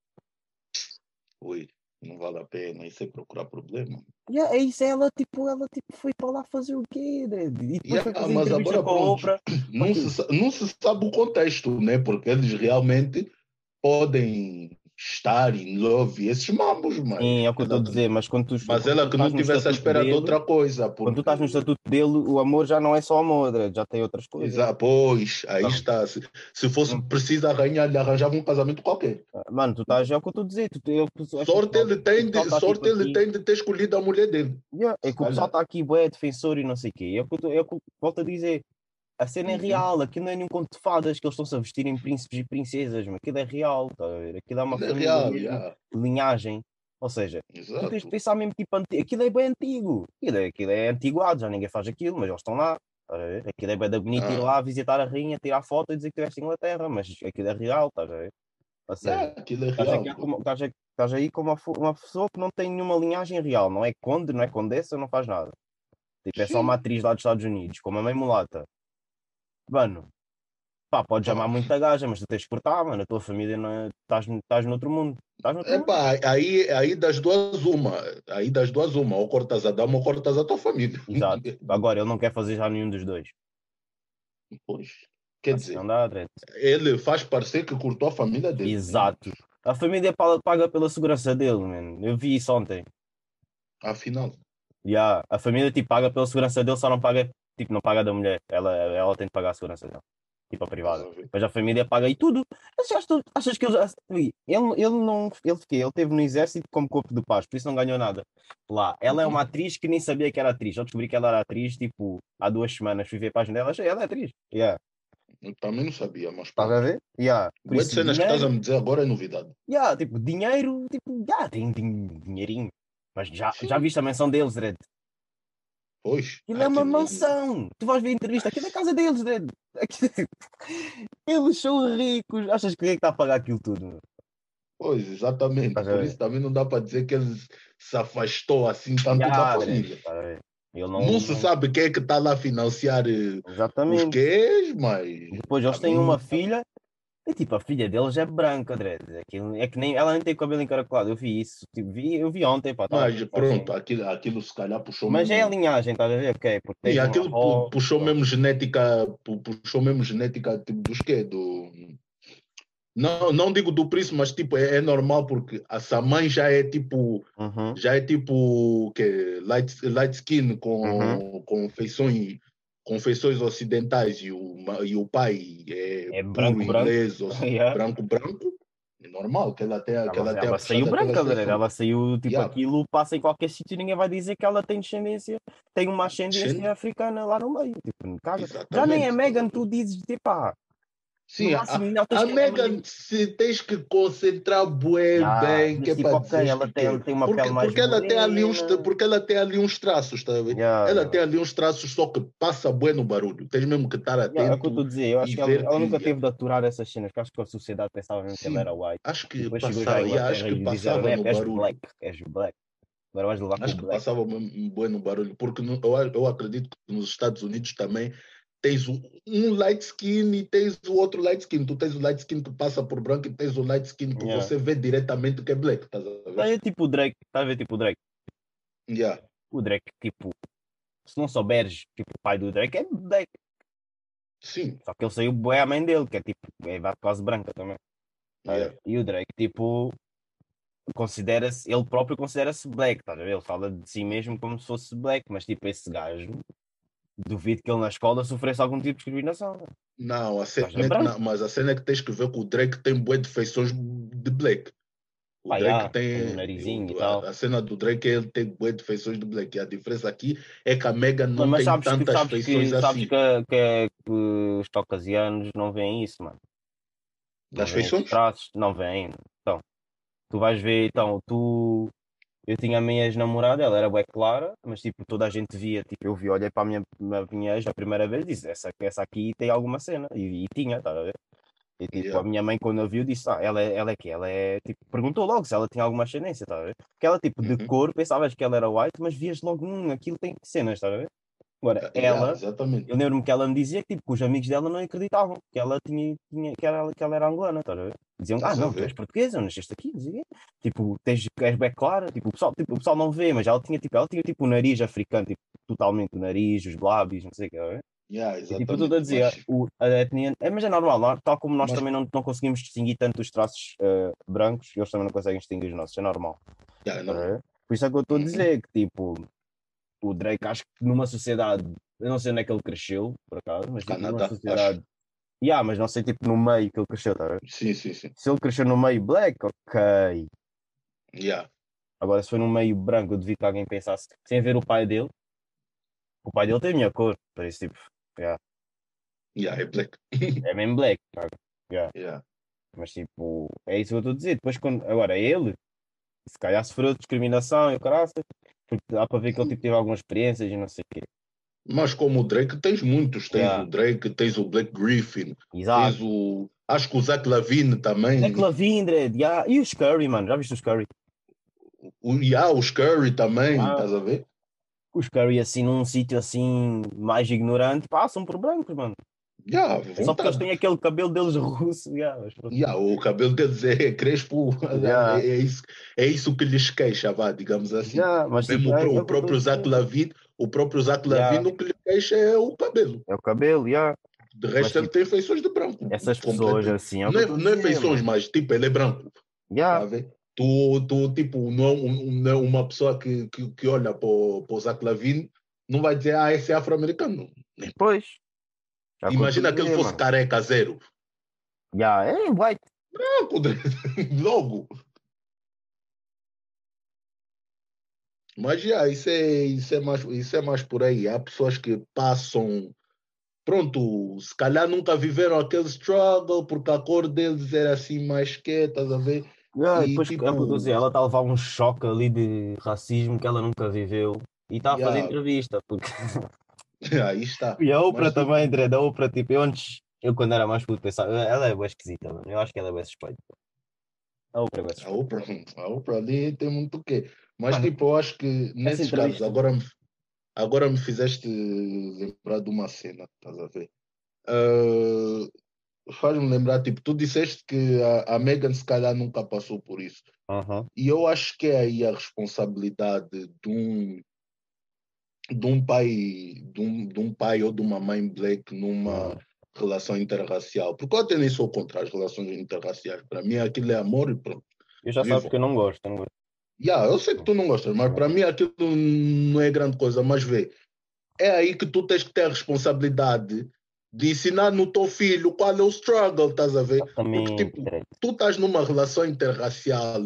Ui, não vale a pena isso é procurar problema. E é é isso, ela tipo, ela tipo foi para lá fazer o quê, Dredd? E depois foi Yeah, fazer mas entrevista agora com a pronto, Oprah. Para não quê? se, sa- não se sabe o contexto, né? Porque eles realmente podem estar em love e esses mambos, Sim, mas é o que eu estou a ela que, dizer, mas quando tu, mas quando tu ela que estás não no tivesse à estatuto espera de dele, outra coisa, quando tu estás no porque estatuto dele, o amor já não é só amor, Dredd, já tem outras coisas. exa- pois, aí Então, está. Se, se fosse hum, preciso arranhar, lhe arranjava um casamento qualquer. mano, tu estás, é o que eu estou a dizer, tu, eu, é que o Sorte pessoal, ele o tem pessoal de, está tipo sorte ele aqui. tem de ter escolhido a mulher dele. Yeah, é Se que o pessoal calhar. está aqui, bué, defensor e não sei o quê. É o que eu, tô- é o que eu volto a dizer. A cena é Uhum. real, aquilo não é nenhum conto de fadas que eles estão-se a vestir em príncipes e princesas, mas aquilo é real, tá a ver? Aquilo é uma Aquilo é família real, mesmo, yeah. de linhagem. Ou seja, tu tens de Exato. pensar mesmo tipo antigo. Aquilo é bem antigo. Aquilo é, aquilo é antiguado, já ninguém faz aquilo, mas eles estão lá. Tá a ver? Aquilo é bem da bonito ir Ah, lá visitar a rainha, tirar foto e dizer que estiveste em Inglaterra, mas aquilo é real, estás a ver? Ou seja, yeah, aquilo é estás aqui real. há como- estás a- estás aí com uma, fo- uma pessoa que não tem nenhuma linhagem real, não é conde, não é condessa, não faz nada. Tipo, é só uma Sim. atriz lá dos Estados Unidos, com uma mãe mulata. Mano, Pá, podes amar Ah, muita gaja, mas tu tens que cortar, mano. A tua família não é. Estás, estás noutro mundo. Estás noutro mundo. epá, aí, aí das duas uma, aí das duas uma, ou cortas a dama ou cortas a tua família. Exato. Agora, ele não quer fazer já nenhum dos dois. Pois, quer Assim dizer, não dá, Dredd. ele faz parecer que cortou a família dele, né? Exato. A família paga, paga pela segurança dele, mano. Eu vi isso ontem. Afinal, Yeah. A família, tipo, paga pela segurança dele, só não paga, tipo, não paga da mulher. Ela, ela tem de pagar a segurança dele. Tipo, a estás privada. a ver? Mas a família paga e tudo. Achas, tu- achas que ele, já- ele, ele não. Ele, quê? Ele teve no exército como corpo de paz, por isso não ganhou nada. Lá. Ela é uma Uhum. atriz que nem sabia que era atriz. Eu descobri que ela era atriz, tipo, há duas semanas. Fui ver a página dela, achei ela é atriz. Yeah. Eu também não sabia, mas Estás a pronto. ver? Yeah. Por Boas isso, cenas que estás a dinheiro. me dizer agora é novidade. Yeah, tipo, dinheiro, tipo, yeah, tem, tem dinheirinho. Mas já, já Sim, viste a menção deles, Dredd? pois, Aquilo é uma aquilo, mansão. Tu vais ver a entrevista, aquilo é a casa deles, Dredd. Aquilo- Eles são ricos. Achas que quem é que está a pagar aquilo tudo? Meu? pois, exatamente. Estás a Por ver? isso também não dá para dizer que ele se afastou assim tanto da Yeah, Dredd. família. Estás a ver? Ele não, Não se não- sabe quem é que está lá a financiar eh, os Exatamente. quês, mas Depois eles têm também. uma filha. E tipo, a filha deles é branca, Dredd. Aquilo, é que nem ela nem tem o cabelo encaracolado. Eu vi isso. Tipo, vi, eu vi ontem, pá, estava a Mas pensar assim. pronto, aquilo, aquilo se calhar puxou Mas é a mesmo. linhagem, estás a ver? Ok, porque Sim, tens uma aquilo pu- avó. puxou Pronto. mesmo genética, pu- puxou mesmo genética tipo, dos quê? Do, não, não digo do príncipe, mas tipo, é, é normal porque a sua mãe já é tipo, Uhum, já é tipo que light, light skin uhum. com, com feições, com feições ocidentais e o, ma- e o pai é É puro branco, branco. inglês, ou Yeah. branco, branco. É normal que ela tenha, que Ela, ela tenha ela saiu puxado aquelas branca, Dredd. feições. Ela saiu, tipo, Yeah. aquilo passa em qualquer sítio e ninguém vai dizer que ela tem descendência, tem uma ascendência Descende- africana lá no meio. Tipo, caga. Já nem é Exatamente, estás a Meghan, ver? tu dizes, tipo, ah, no Sim, máximo a, notas a que ela é Megan, meio. se tens que concentrar bué Yeah, bem, que dizes, é tipo, para ok, dizeres ela que tem, quer. tem uma pele Porque, mais porque ela tem ali uns, morena. porque ela tem ali uns traços, tá a ver? Yeah, Ela yeah. tem ali uns traços, só que passa bué no barulho. Tens mesmo que estar Yeah, é o que eu atento estou a dizer. Eu acho e que ela, ver ela que. nunca Yeah. teve de aturar essas cenas, porque acho que a sociedade pensava mesmo que ele era Sim, white. acho E que depois chegou já à passava, yeah, acho Inglaterra que e lhe disseram, passava né, no és barulho. black, és black. Agora vais levar com o Acho que black. passava mesmo bué no barulho, porque no- eu, eu acredito que nos Estados Unidos também tens um, um light skin e tens o outro light skin. Tu tens o light skin que passa por branco e tens o light skin que Yeah. você vê diretamente que é black, estás a Tá a ver? ver tipo o Drake, tá a ver tipo o Drake. Yeah. O Drake, tipo, se não souberes, tipo, o pai do Drake é Drake. Sim, Só que ele saiu bué à mãe dele, que é tipo, é quase branca também. Tá a yeah. ver? E o Drake, tipo, considera-se, ele próprio considera-se black, tá a ver? Ele fala de si mesmo como se fosse black, mas tipo, esse gajo, duvido que ele na escola sofresse algum tipo de discriminação. Né? Não, a O cena gajo é é que, branco. não, mas a cena é que tens que ver que o Drake tem bué de feições de black. O Pá, Drake já, tem um tem. narizinho e o- tal. a, a cena do Drake é ele tem bué de feições de black. E a diferença aqui é que a Megan Mas, não mas tem sabes que, tantas sabes feições que, sabes assim. que, que, que os caucasianos não veem isso, mano. Não Das veem esses feições? traços, não veem. Então, tu vais ver, então, tu. Eu tinha a minha ex-namorada, ela era bué clara, mas tipo, toda a gente via, tipo, eu vi, olhei para a minha, a minha ex a primeira vez e disse, essa, essa aqui tem alguma cena. E, e tinha, tá a ver? E tipo, Yeah. a minha mãe quando a viu disse, ah, ela, é- ela é que Ela é, tipo, perguntou logo se ela tinha alguma ascendência, tá a ver? Porque ela, tipo, de Uhum. cor, pensavas que ela era white, mas vias logo, hum, aquilo tem cenas, tá a ver? Agora, Ah, yeah, ela, exatamente. eu lembro-me que ela me dizia que, tipo, que os amigos dela não acreditavam que ela tinha, tinha que, era, que ela era angolana, estás a ver? Diziam, ah, Estás a não, tu és ver? portuguesa, nasceste aqui, não sei o quê. Tipo, tens, és bem clara, tipo, o pessoal, tipo, o pessoal não vê, mas ela tinha, tipo, ela tinha, tipo, o nariz africano, tipo, totalmente o nariz, os lábios, não sei o quê, tá a ver? Yeah, E, tipo, eu estou a exatamente. dizer, Mas, o, a etnia, é, mas é normal, não? Tal como nós mas também não, não conseguimos distinguir tanto os traços eh, brancos, eles também não conseguem distinguir os nossos, é normal. yeah, é Tá a normal. ver? Por isso é que eu estou a Uhum. dizer que, tipo, o Drake, acho que numa sociedade, eu não sei onde é que ele cresceu, por acaso, mas tipo numa Canadá, acho. sociedade, yeah, mas não sei tipo no meio que ele cresceu, tá a ver? Sim, sim, sim. Se ele cresceu no meio black, ok. Yeah. Agora, se foi no meio branco, eu duvido que alguém pensasse, sem ver o pai dele, o pai dele tem a minha cor, por isso tipo, yeah, Yeah, é black. é mesmo black, tá? Yeah. Yeah. Mas tipo, é isso que eu estou a dizer. Depois, quando, agora ele, se calhar sofreu de discriminação e o caralho, porque dá para ver que ele tipo, teve algumas experiências e não sei o quê. Mas como o Drake, tens muitos. Tens o Yeah. Drake, tens o Black Griffin, tens Exato. o. Acho que o Zach Lavine Zach também. Lavindred, yeah. E os Curry, mano, já viste os Curry? O, yeah, os Curry também, Yeah. estás a ver? Os Curry, assim, num sítio assim mais ignorante, passam por brancos, mano. Yeah, É só porque eles vontade. têm aquele cabelo deles russo. Yeah, mas pronto. Yeah, o cabelo deles é crespo, é, Yeah, é isso, é isso que lhes queixa, vá, digamos assim. yeah, mas Mesmo tipo, o, é, pró- é o o que eu estou a próprio Zach dizer. Lavine, o próprio Zach Yeah, Lavine, o que lhe queixa é o cabelo. é o cabelo, yeah. De Mas resto, ele tipo, tem feições de branco, essas pessoas completo. assim, é o que Não eu é, estou a não é dizer, feições, mano. mas tipo, ele é branco, tá Yeah, a ver? Tu, tu tipo, não, é um- um- não é uma pessoa que, que, que olha para o, para o Zach Lavine, não vai dizer, ah, esse é afro-americano. pois, é o que eu estou a Imagina que ele dizer, fosse mano. careca zero. Yeah, é white. Branco, logo. Mas já, isso é, isso é mais, isso é mais por aí. Há pessoas que passam, pronto, se calhar nunca viveram aquele struggle porque a cor deles era assim mais quieta, estás a ver? Yeah, e E depois é o que eu estou a dizer, tipo, ela está a levar um choque ali de racismo que ela nunca viveu e está a fazer já, entrevista, porque aí está. e a Oprah Mas também, tipo, André, da Oprah, tipo, eu antes, eu quando era mais puto pensava, ela é bem esquisita, mano. Eu acho que ela é bem suspeita. A Oprah é bem a suspeita. Oprah, a Oprah ali tem muito o quê. Mas Mano, tipo, eu acho que essa nesses casos, entrevista, agora, me- agora me fizeste lembrar de uma cena, estás a ver? Ah, faz-me lembrar, tipo, tu disseste que a, a Megan se calhar nunca passou por isso. aham, E eu acho que é aí a responsabilidade de um, de um pai, de um, de um pai ou de uma mãe black numa uhum. relação interracial. Porque eu até nem sou contra as relações interraciais. Para mim aquilo é amor e pronto. Eu já sabes Vivam. que eu não gosto, eu não gosto. Yeah, eu sei que tu não gostas, mas para mim aquilo não é grande coisa. Mas vê, é aí que tu tens que ter a responsabilidade de ensinar no teu filho qual é o struggle, estás a ver? Porque, Exatamente, tipo, André. tu estás numa relação interracial.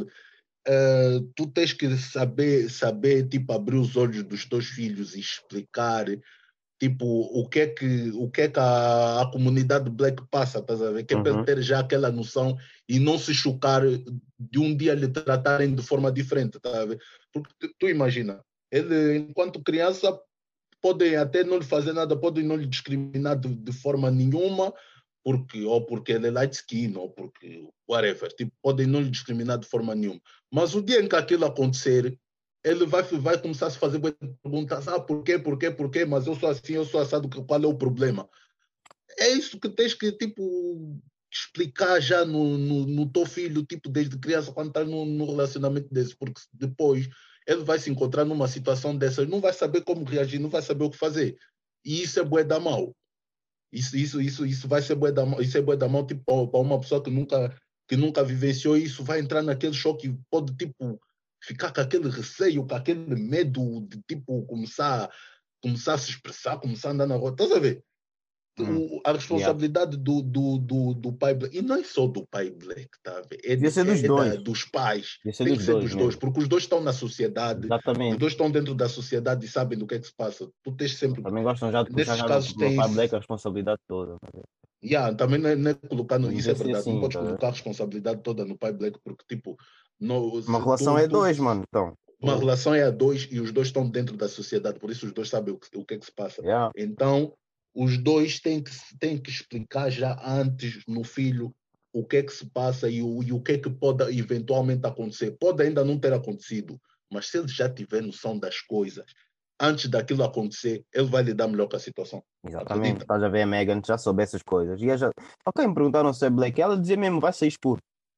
Uh, tu tens que saber, saber, tipo, abrir os olhos dos teus filhos e explicar, tipo, o que é que, o que, é que a, a comunidade black passa, estás a ver? Que é para ele Uhum. ter já aquela noção e não se chocar de um dia lhe tratarem de forma diferente, estás a ver? Porque tu, tu imagina, ele, enquanto criança, podem até não lhe fazer nada, podem não lhe discriminar de, de forma nenhuma, porque, ou porque ele é light skin, ou porque whatever, tipo, podem não lhe discriminar de forma nenhuma. Mas o dia em que aquilo acontecer, ele vai, vai começar a se fazer perguntas, ah, por quê, por quê, por quê, mas eu sou assim, eu sou assado, qual é o problema? É isso que tens que, tipo, explicar já no, no, no teu filho, tipo, desde criança, quando está no, no relacionamento desse, porque depois ele vai se encontrar numa situação dessas, não vai saber como reagir, não vai saber o que fazer. E isso é bué da mal. Isso, isso, isso, isso vai ser bué da mal, isso é bué da mal, tipo, para uma pessoa que nunca, que nunca vivenciou isso, vai entrar naquele choque e pode, tipo, ficar com aquele receio, com aquele medo de, tipo, começar, começar a se expressar, começar a andar na rua. Estás a ver? Hum. O, a Yeah. responsabilidade do, do, do, do pai black, e não é só do pai black, tá? a ver? É, Devia de, ser dos é dois. da, dos pais, Devia ser tem dos que ser dois dos dois, mesmo. porque os dois estão na sociedade, os Exatamente. dois estão dentro da sociedade e sabem do que é que se passa. Tu tens sempre, Também gostam já de puxar nesses já no, casos, no pai tens. Black a responsabilidade toda. Yeah, também não é, não é colocar, no, Não isso é devia ser verdade, não assim, podes tá a ver? colocar a responsabilidade toda no pai black, porque, tipo, no, Uma se relação tu, é tu, dois, mano. Então, uma pô, relação é a dois e os dois estão dentro da sociedade, por isso os dois sabem o que, o que é que se passa. yeah. Então, os dois têm que, têm que explicar já antes no filho o que é que se passa e o, e o que é que pode eventualmente acontecer. Pode ainda não ter acontecido, mas se ele já tiver noção das coisas, antes daquilo acontecer, ele vai lidar melhor com a situação. Exatamente. Acredita? Estás a ver a Megan, já soube essas coisas. E eu já... Ok, me perguntaram se é Black. Ela dizia mesmo, vai ser escuro.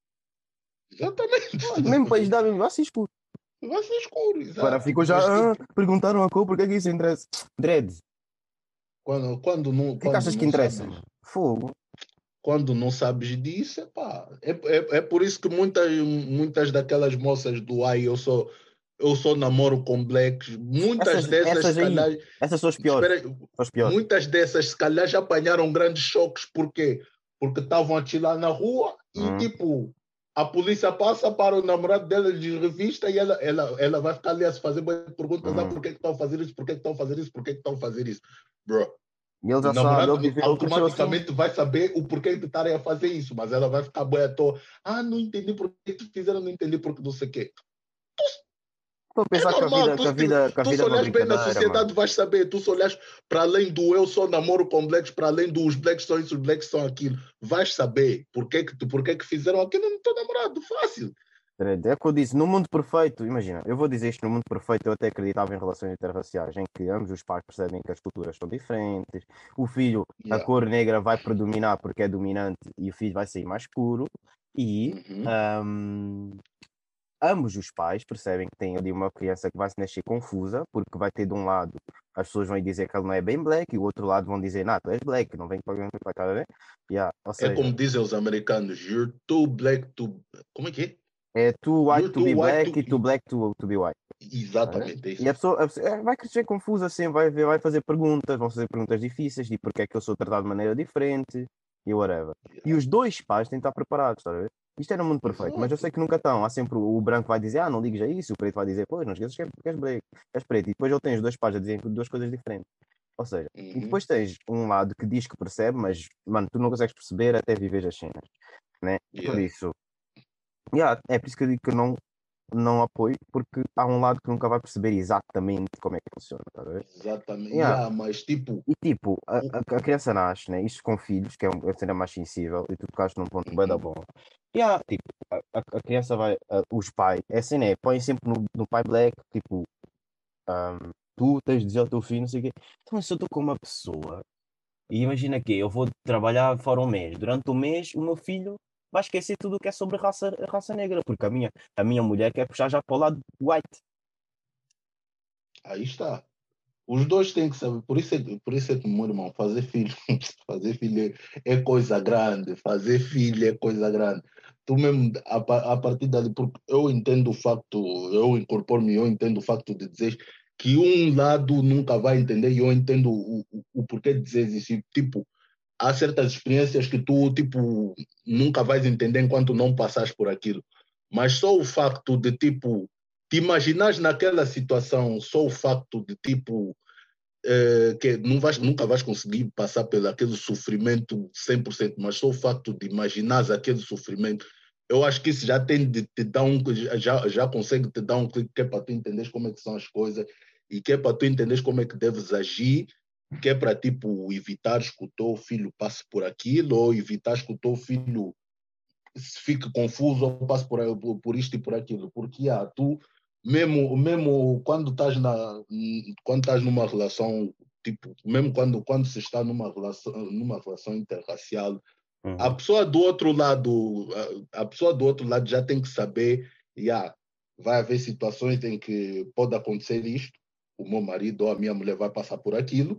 Exatamente. Ah, mesmo para ajudar mesmo, vai ser escuro. Vai ser escuro, Agora exato. ficou já, Mas ah, tipo, perguntaram a cor, porque é que isso interessa? Dread, quando, quando, o não, que é que quando achas que não interessa, sabes mano? Fogo. quando não sabes disso, epá, é, é, é por isso que muitas, muitas daquelas moças do ai, eu sou, eu só namoro com blacks, muitas Essas, dessas, se essas aí, calhar, essas são as piores. espera, São as piores. muitas dessas, se calhar, já apanharam grandes choques, por quê? Porque estavam a chilar na rua e, Hum, tipo, a polícia passa para o namorado dela de revista e ela, ela, ela vai ficar ali a se fazer perguntas, ah, hum. por que que estão a fazer isso, por que que estão a fazer isso, por que que estão a fazer isso? Bro, E ele o já sabe, ele namorado viveu, ele cresceu assim. automaticamente vai saber o porquê de estarem a fazer isso, mas ela vai ficar boa à toa. Ah, não entendi por que tu fizeram, não entendi porque não sei o quê. Estou a É pensar que a normal, vida, que a tu, tipo, vida, que a tu vida se é uma olhas bem na brincadeira, mano. sociedade vais saber, tu se olhas para além do eu só namoro com blacks, para além dos blacks são isso, os blacks são aquilo, vais saber porquê que, porquê que fizeram aquilo no teu namorado, fácil. É o que eu disse, no mundo perfeito, imagina, eu vou dizer isto, no mundo perfeito eu até acreditava em relações interraciais, em que ambos os pais percebem que as culturas são diferentes, o filho, a Yeah. cor negra vai predominar porque é dominante e o filho vai sair mais escuro, e Uhum. ahm, ambos os pais percebem que tem ali uma criança que vai se nascer confusa, porque vai ter de um lado, as pessoas vão dizer que ele não é bem black, e o outro lado vão dizer, não, tu és black, não vem para vai estar a ver? Yeah, ou É seja, como dizem os americanos, you're too black to. Como é que é? é too white You're to too be white black to. e too black to, to be white. Tá a ver? Exatamente, é E isso a mesmo. pessoa, a pessoa, eh, vai crescer confusa assim, vai ver, vai fazer perguntas, vão fazer perguntas difíceis, e porque é que eu sou tratado de maneira diferente, e whatever. E Yeah. os dois pais têm de estar preparados, está a ver? Isto era muito perfeito, mas eu sei Exato. que nunca estão. Há sempre o, o branco vai dizer, ah, não ligas a isso, o preto vai dizer, pois, não esqueças que és, que és preto, és preto. E depois ele tem os dois pais a dizerem duas coisas diferentes. Ou seja, e Uhum. depois tens um lado que diz que percebe, mas, mano, tu não consegues perceber até viver as cenas, né? Por Yeah. isso, yeah, é por isso que eu digo que eu não, não apoio, porque há um lado que nunca vai perceber exatamente como é que funciona, tá a ver? Exatamente. Yeah. Yeah, mas tipo. E tipo, a, o- a, a criança nasce, né? Isto com filhos, que é um- a cena mais sensível, e tu tocaste num ponto bem da Uhum. bom. Yeah, tipo, a, a a criança vai, a- os pais, é assim, né? Põem sempre no, no pai black, tipo, ahm, tu tens de dizer ao teu filho, não sei o quê. Então, se eu estou com uma pessoa, e imagina que eu vou trabalhar fora um mês, durante o mês, o meu filho vai esquecer tudo o que é sobre raça, raça negra, porque a minha, a minha mulher quer puxar já para o lado white. Aí está. Os dois têm que saber. Por isso é, que- por isso é que, meu irmão, fazer filho, fazer filho é, é coisa grande. Fazer filho é coisa grande. Tu mesmo, a, pa- a partir dali, porque eu entendo o facto, eu incorporo-me, eu entendo o facto de dizer que um lado nunca vai entender e eu entendo o, o, o porquê de dizer isso. E, tipo, há certas experiências que tu, tipo, nunca vais entender enquanto não passares por aquilo. Mas só o facto de, tipo, te imaginares naquela situação, só o facto de, tipo, eh, que não vais, nunca vais conseguir passar pelo aquele sofrimento cem por cento, mas só o facto de imaginares aquele sofrimento, eu acho que isso já tem de te dar um, já, já consegue te dar um clique que é para tu entenderes como é que são as coisas e que é para tu entenderes como é que deves agir, que é para tipo evitares que o teu filho passe por aquilo ou evitares que o teu filho fique confuso ou passe por, por, por isto e por aquilo, porque ah, tu mesmo mesmo quando estás na quando estás numa relação tipo mesmo quando quando se está numa relação numa relação interracial, a Uhum. pessoa do outro lado a, a pessoa do outro lado já tem que saber, yeah, vai haver situações em que pode acontecer isto, o meu marido ou a minha mulher vai passar por aquilo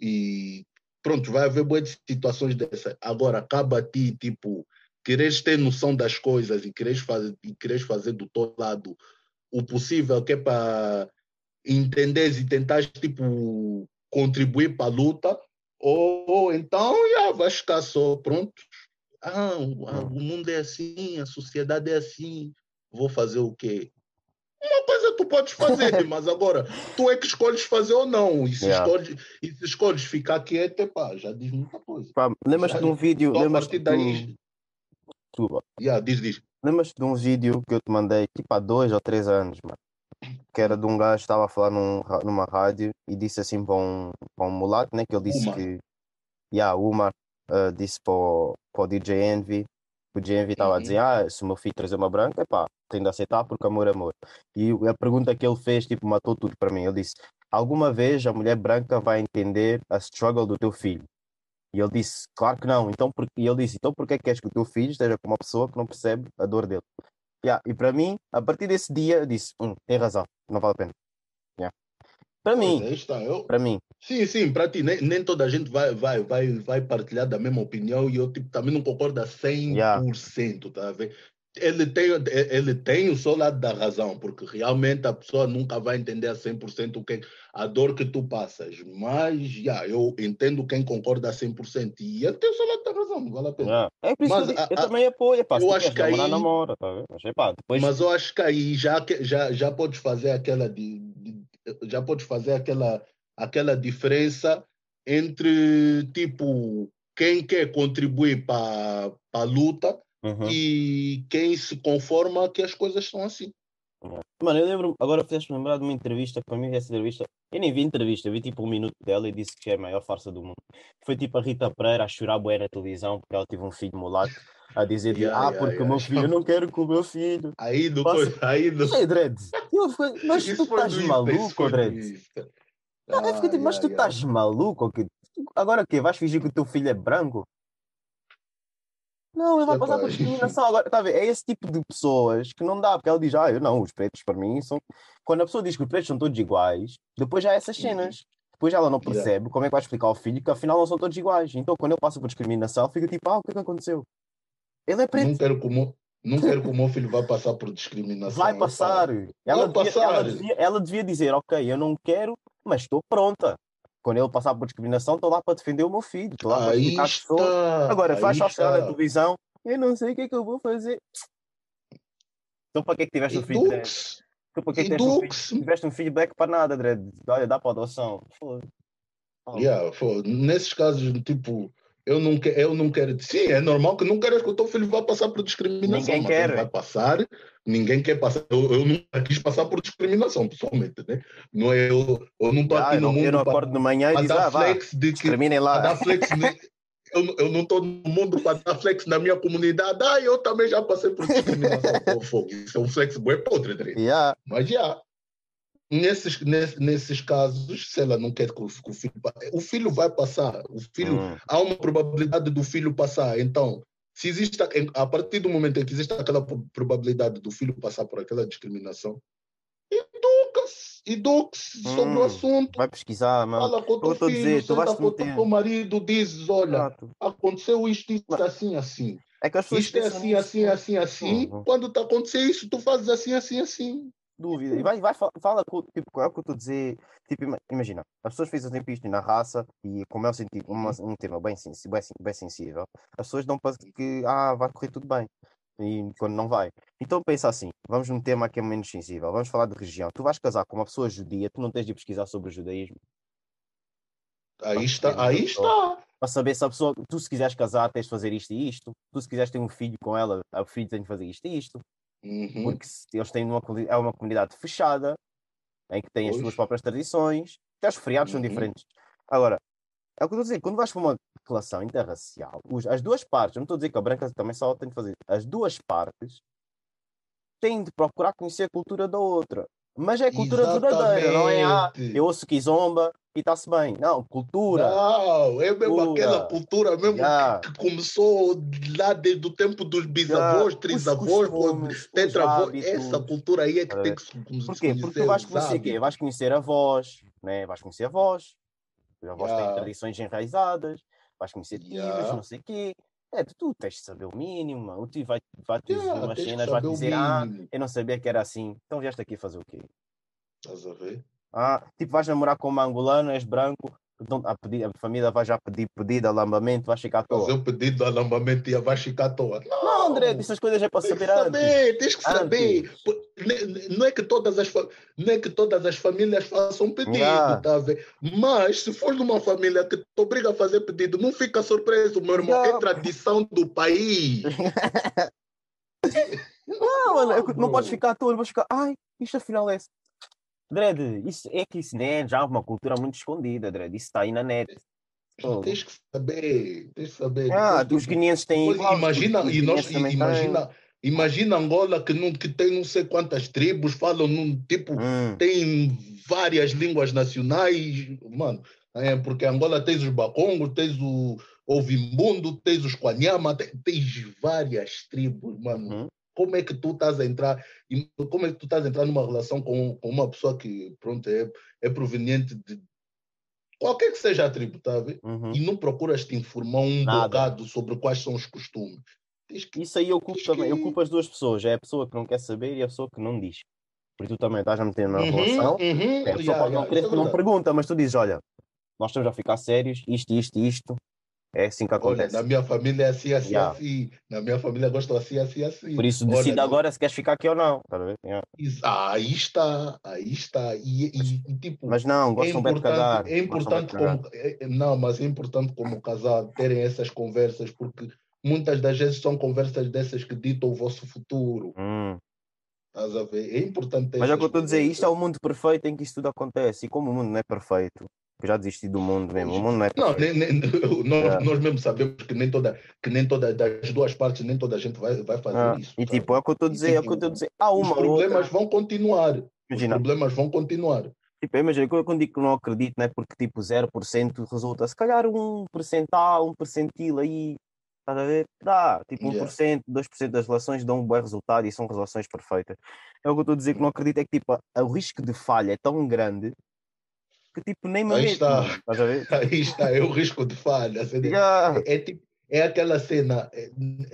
e pronto, vai haver boas situações dessa. Agora acaba a ti tipo quereres ter noção das coisas e quereres fazer, e quereres fazer do teu lado o possível que é para entenderes e tentares tipo contribuir para a luta, ou, ou então já vais ficar só pronto. Ah, o, ah, Uhum. o mundo é assim, a sociedade é assim, vou fazer o quê? Uma coisa tu podes fazer, mas agora tu é que escolhes fazer ou não. E se Yeah. escolhes, e se escolhes ficar quieto, epá, já diz muita coisa. Pá, lembras-te Já, de um vídeo, só a lembras-te partir do, daí, desculpa, já, diz, diz. lembras-te de um vídeo que eu te mandei, tipo há dois ou três anos, mano, que era de um gajo que estava a falar num, ra- numa rádio e disse assim para um, para um mulato, né, que ele disse Uma. que, yeah, o Umar ah, disse para o, para o D J Envy, que o D J Envy estava a dizer, Uhum. ah, se o meu filho trazer uma branca, epá, tenho de aceitar porque amor é amor. E a pergunta que ele fez, tipo, matou tudo para mim. Ele disse, alguma vez a mulher branca vai entender a struggle do teu filho? E ele disse, claro que não. Então, por... E ele disse, então porquê é que queres que o teu filho esteja com uma pessoa que não percebe a dor dele? Yeah. E para mim, a partir desse dia, eu disse, hum, tem razão, não vale a pena. Yeah. Para Pois mim, é, está. Eu... para mim, Sim, sim, para ti, nem, nem toda a gente vai, vai, vai, vai partilhar da mesma opinião e eu tipo, também não concordo a cem yeah. por cento, tá a ver? Ele tem, ele tem o seu lado da razão, porque realmente a pessoa nunca vai entender a cem por cento o que, a dor que tu passas, mas yeah, eu entendo quem concorda a cem por cento e ele tem o seu lado da razão, não vale a pena. Yeah. É por isso que eu Mas digo, a, eu a, também apoio, pá, se eu tu acho queres que namorar, aí namora, tá a ver? Mas, epá, depois, mas eu acho que aí já, já, já podes fazer aquela, de, de- já podes fazer aquela, aquela diferença entre tipo quem quer contribuir para a luta uhum. e quem se conforma que as coisas são assim. Yeah. Mano, eu lembro, agora fizeste-me lembrar de uma entrevista, que para mim essa entrevista, eu nem vi entrevista, eu vi tipo um minuto dela e disse que é a maior farsa do mundo. Foi tipo a Rita Pereira a chorar bué na televisão porque ela teve um filho mulato. A dizer de, Yeah, ah, yeah, porque o yeah. meu filho, eu não quero que o meu filho Aí no, faça. aí no, Isso é dread. Eu fico, mas tu isso foi estás no Insta, isso maluco, foi no dread? Insta. Não, eu fico Ah, tipo, mas yeah, tu yeah. estás maluco? ou quê? Agora o quê? Vais fingir que o teu filho é branco? Não, ele vai passar Epá, por discriminação. Agora, tá a ver? É esse tipo de pessoas que não dá, porque ela diz, ah, eu não, os pretos para mim são. Quando a pessoa diz que os pretos são todos iguais, depois já há essas uhum, cenas. Depois ela não yeah. percebe como é que vai explicar ao filho que afinal não são todos iguais. Então quando ele passa por discriminação, fica tipo, ah, o que é que aconteceu? Ele é Não preto. quero que o meu, não quero que o meu filho vá passar por Vai discriminação. Epá, passar. Ela vai devia, ela passar. devia, ela devia dizer, ok, eu não quero, mas estou pronta. Quando ele passar por discriminação, estou lá para defender o meu filho, estou lá para Aí explicar que sou. está, Agora, aí vais só chegar na está. televisão, eu não sei o que é que eu vou fazer. Então para que é que tiveste um filho dread? Edux, Então para que é que tiveste um filho, Edux. tiveste um filho black para nada, dread? Olha, dá para adoção. Foda-se. Oh, Yeah, fo- nesses casos, tipo, eu não, que, eu não quero. Sim, é normal que não queres que o teu filho vá passar por discriminação, ninguém mas ele vai quer. passar, ninguém quer passar. Eu, eu nunca quis passar por discriminação, pessoalmente, né? Não é, eu, eu não estou Já, aqui eu, no não, eu não mundo para acordo de manhã e diz, dar ah, vá, flex de que. discriminem Para lá. dar flex. Ne- eu, não- eu não estou no mundo para dar flex na minha comunidade. Ah, eu também já passei por discriminação. Pô, fogo, isso é um flex bué podre, né? Yeah. Mas já. Nesses, ness- nesses casos, se ela não quer que o, que o filho pa- o filho vai passar, o filho, Hum. há uma probabilidade do filho passar. Então, se existe, a a partir do momento em que existe aquela pro- probabilidade do filho passar por aquela discriminação, educa-se, eduque-se sobre o Hum. assunto, Vai pesquisar, mano. fala com o Eu teu estou a filho, dizer, tu vais senta te com o teu meter. marido, dizes, olha, Exato. aconteceu isto, Mas isto, assim, assim. é que as pessoas Isto é pensam assim, nisso. assim, assim, assim. Hum. Quando está a acontecer isso, tu fazes assim, assim, assim. Dúvida. E vai, vai, fa- fala com, tipo, é o que eu estou a dizer. Tipo, ima- imagina, as pessoas fazem sempre isto na raça e como é um, sentido, uma- Uhum. um tema bem, sensi- bem, sen- bem sensível, as pessoas dão para que ah, vai correr tudo bem. E quando não vai. Então pensa assim, vamos num tema que é menos sensível, vamos falar de religião. Tu vais casar com uma pessoa judia, tu não tens de pesquisar sobre o judaísmo Aí para perceber está, essa aí pessoa. está. Para saber se a pessoa, tu se quiseres casar, tens de fazer isto e isto. Tu se quiseres ter um filho com ela, o filho tem de fazer isto e isto. Uhum. Porque se eles têm uma, comuni- é uma comunidade fechada, em que têm as Pois. suas próprias tradições, até os feriados são Uhum. diferentes. Agora, é o que eu estou a dizer, quando vais para uma relação interracial, os- as duas partes, eu não estou a dizer que a branca também só tem de fazer, as duas partes têm de procurar conhecer a cultura da outra. Mas é cultura verdadeira, não é ah, eu Exatamente. ouço kizomba e está-se bem. Não, cultura, Não, é mesmo aquela cultura, cultura mesmo que, já, que começou lá desde o tempo dos já, bisavós, os trisavós, quando- costumes, os tetravós. Essa hábitos. cultura aí é que Estás a tem ver? que se con- se Porquê? Porque tu conhecer vais os conhecer quê? Vais hábitos. conhecer avós, né? Vais conhecer avós. Os avós têm Yeah, tradições enraizadas, vais conhecer tios, yeah, não sei o quê. É, tu, tu tens de saber o mínimo, mano. O tio vai, vai te dizer yeah, umas tens que cenas, vai te saber o dizer, ah, mínimo. eu não sabia que era assim. Então vieste aqui fazer o quê? Estás a ver? Ah, tipo, vais namorar com uma angolana, és branco, então a, pedir, a família vai já pedir pedido, alambamento, vais ficar à Fazer toa. o pedido de alambamento e a vai ficar à toa. Não, André, Não! essas coisas é para Tem que saber antes. saber, tens que saber. Antes. Pô, ne- ne- Não é que todas as, fa- não é que todas as famílias façam pedido, Já, tá a ver? Mas se for de uma família que te obriga a fazer pedido, não fica surpreso, meu irmão. É já. tradição do país. Não, mano, é Normal, que não podes bro. ficar à toa, não podes ficar, ai, isto afinal é. Dredd, isso é que isso né, já é uma cultura muito escondida, Dredd. Isso está aí na net. Fogo. Tens que saber, tens que saber. Ah, Depois, os tipo, guineenses têm depois igual, os, os imagina, e nós, guineenses i- também têm. imagina, imagina Angola que, não, que tem não sei quantas tribos, falam num tipo, Hum, tem várias línguas nacionais, mano. É, porque Angola tens os Bakongos, tens o Ovimbundo, tens os Kwanyama, te- tens várias tribos, mano. uhum, Como é que tu estás a entrar, e como é que tu estás a entrar numa relação com, com uma pessoa que, pronto, é, é proveniente de qualquer que seja a tribo, tá a ver? uhum. E não procuras te informar um Nada. bocado sobre quais são os costumes. Tens que, Isso aí eu culpo tens também. Eu que... culpo as duas pessoas. É a pessoa que não quer saber e a pessoa que não diz. Porque tu também estás a meter na Uhum, relação. uhum, É, a pessoa yeah, pode não yeah, querer isso é que não verdade. pergunta, mas tu dizes, olha, nós estamos a ficar sérios, isto, isto, isto. É assim que Olha, na acontece. minha família é assim, assim, Yeah. assim. Na minha família gosto assim, assim, assim. Por isso Olha, decide não... agora se queres ficar aqui ou não. Tá a ver? Yeah. Is- Aí está, aí está. E, Mas, e, e, tipo, mas não, é gostam bem de importante, cagar. é Gostam bem de importante cagar. como... é- é- não, mas é importante como casal terem essas conversas, porque muitas das vezes são conversas dessas que ditam o vosso futuro. Hum. Estás a ver? É importante ter Mas é o que eu essas estou a dizer, isto é conversas. o mundo perfeito em que isto tudo acontece. E como o mundo não é perfeito, tipo, já desisti do mundo mesmo. O mundo não é Não, perfeito. nem, nem, nós, Yeah. nós mesmo sabemos que nem toda, que nem toda, das duas partes, nem toda a gente vai, vai fazer Ah, isso. e Sabe? tipo, é o que eu estou a E dizer, é o que eu estou a tipo, dizer. Há os uma ou problemas outra. vão continuar. Os Imagina, problemas vão continuar. tipo, imagina, quando eu digo que não acredito, não é porque tipo zero por cento resulta, se calhar um percental, um percentil aí, estás a ver? Dá, tipo um por Yeah. cento, dois por cento das relações dão um bom resultado e são relações perfeitas. É o que eu estou a dizer que não acredito, é que tipo, a- o risco de falha é tão grande que tipo nem me Aí meto, está, mano. Estás a ver? Tipo, aí está, é o risco de falha. yeah, É, é, tipo, é aquela cena, é,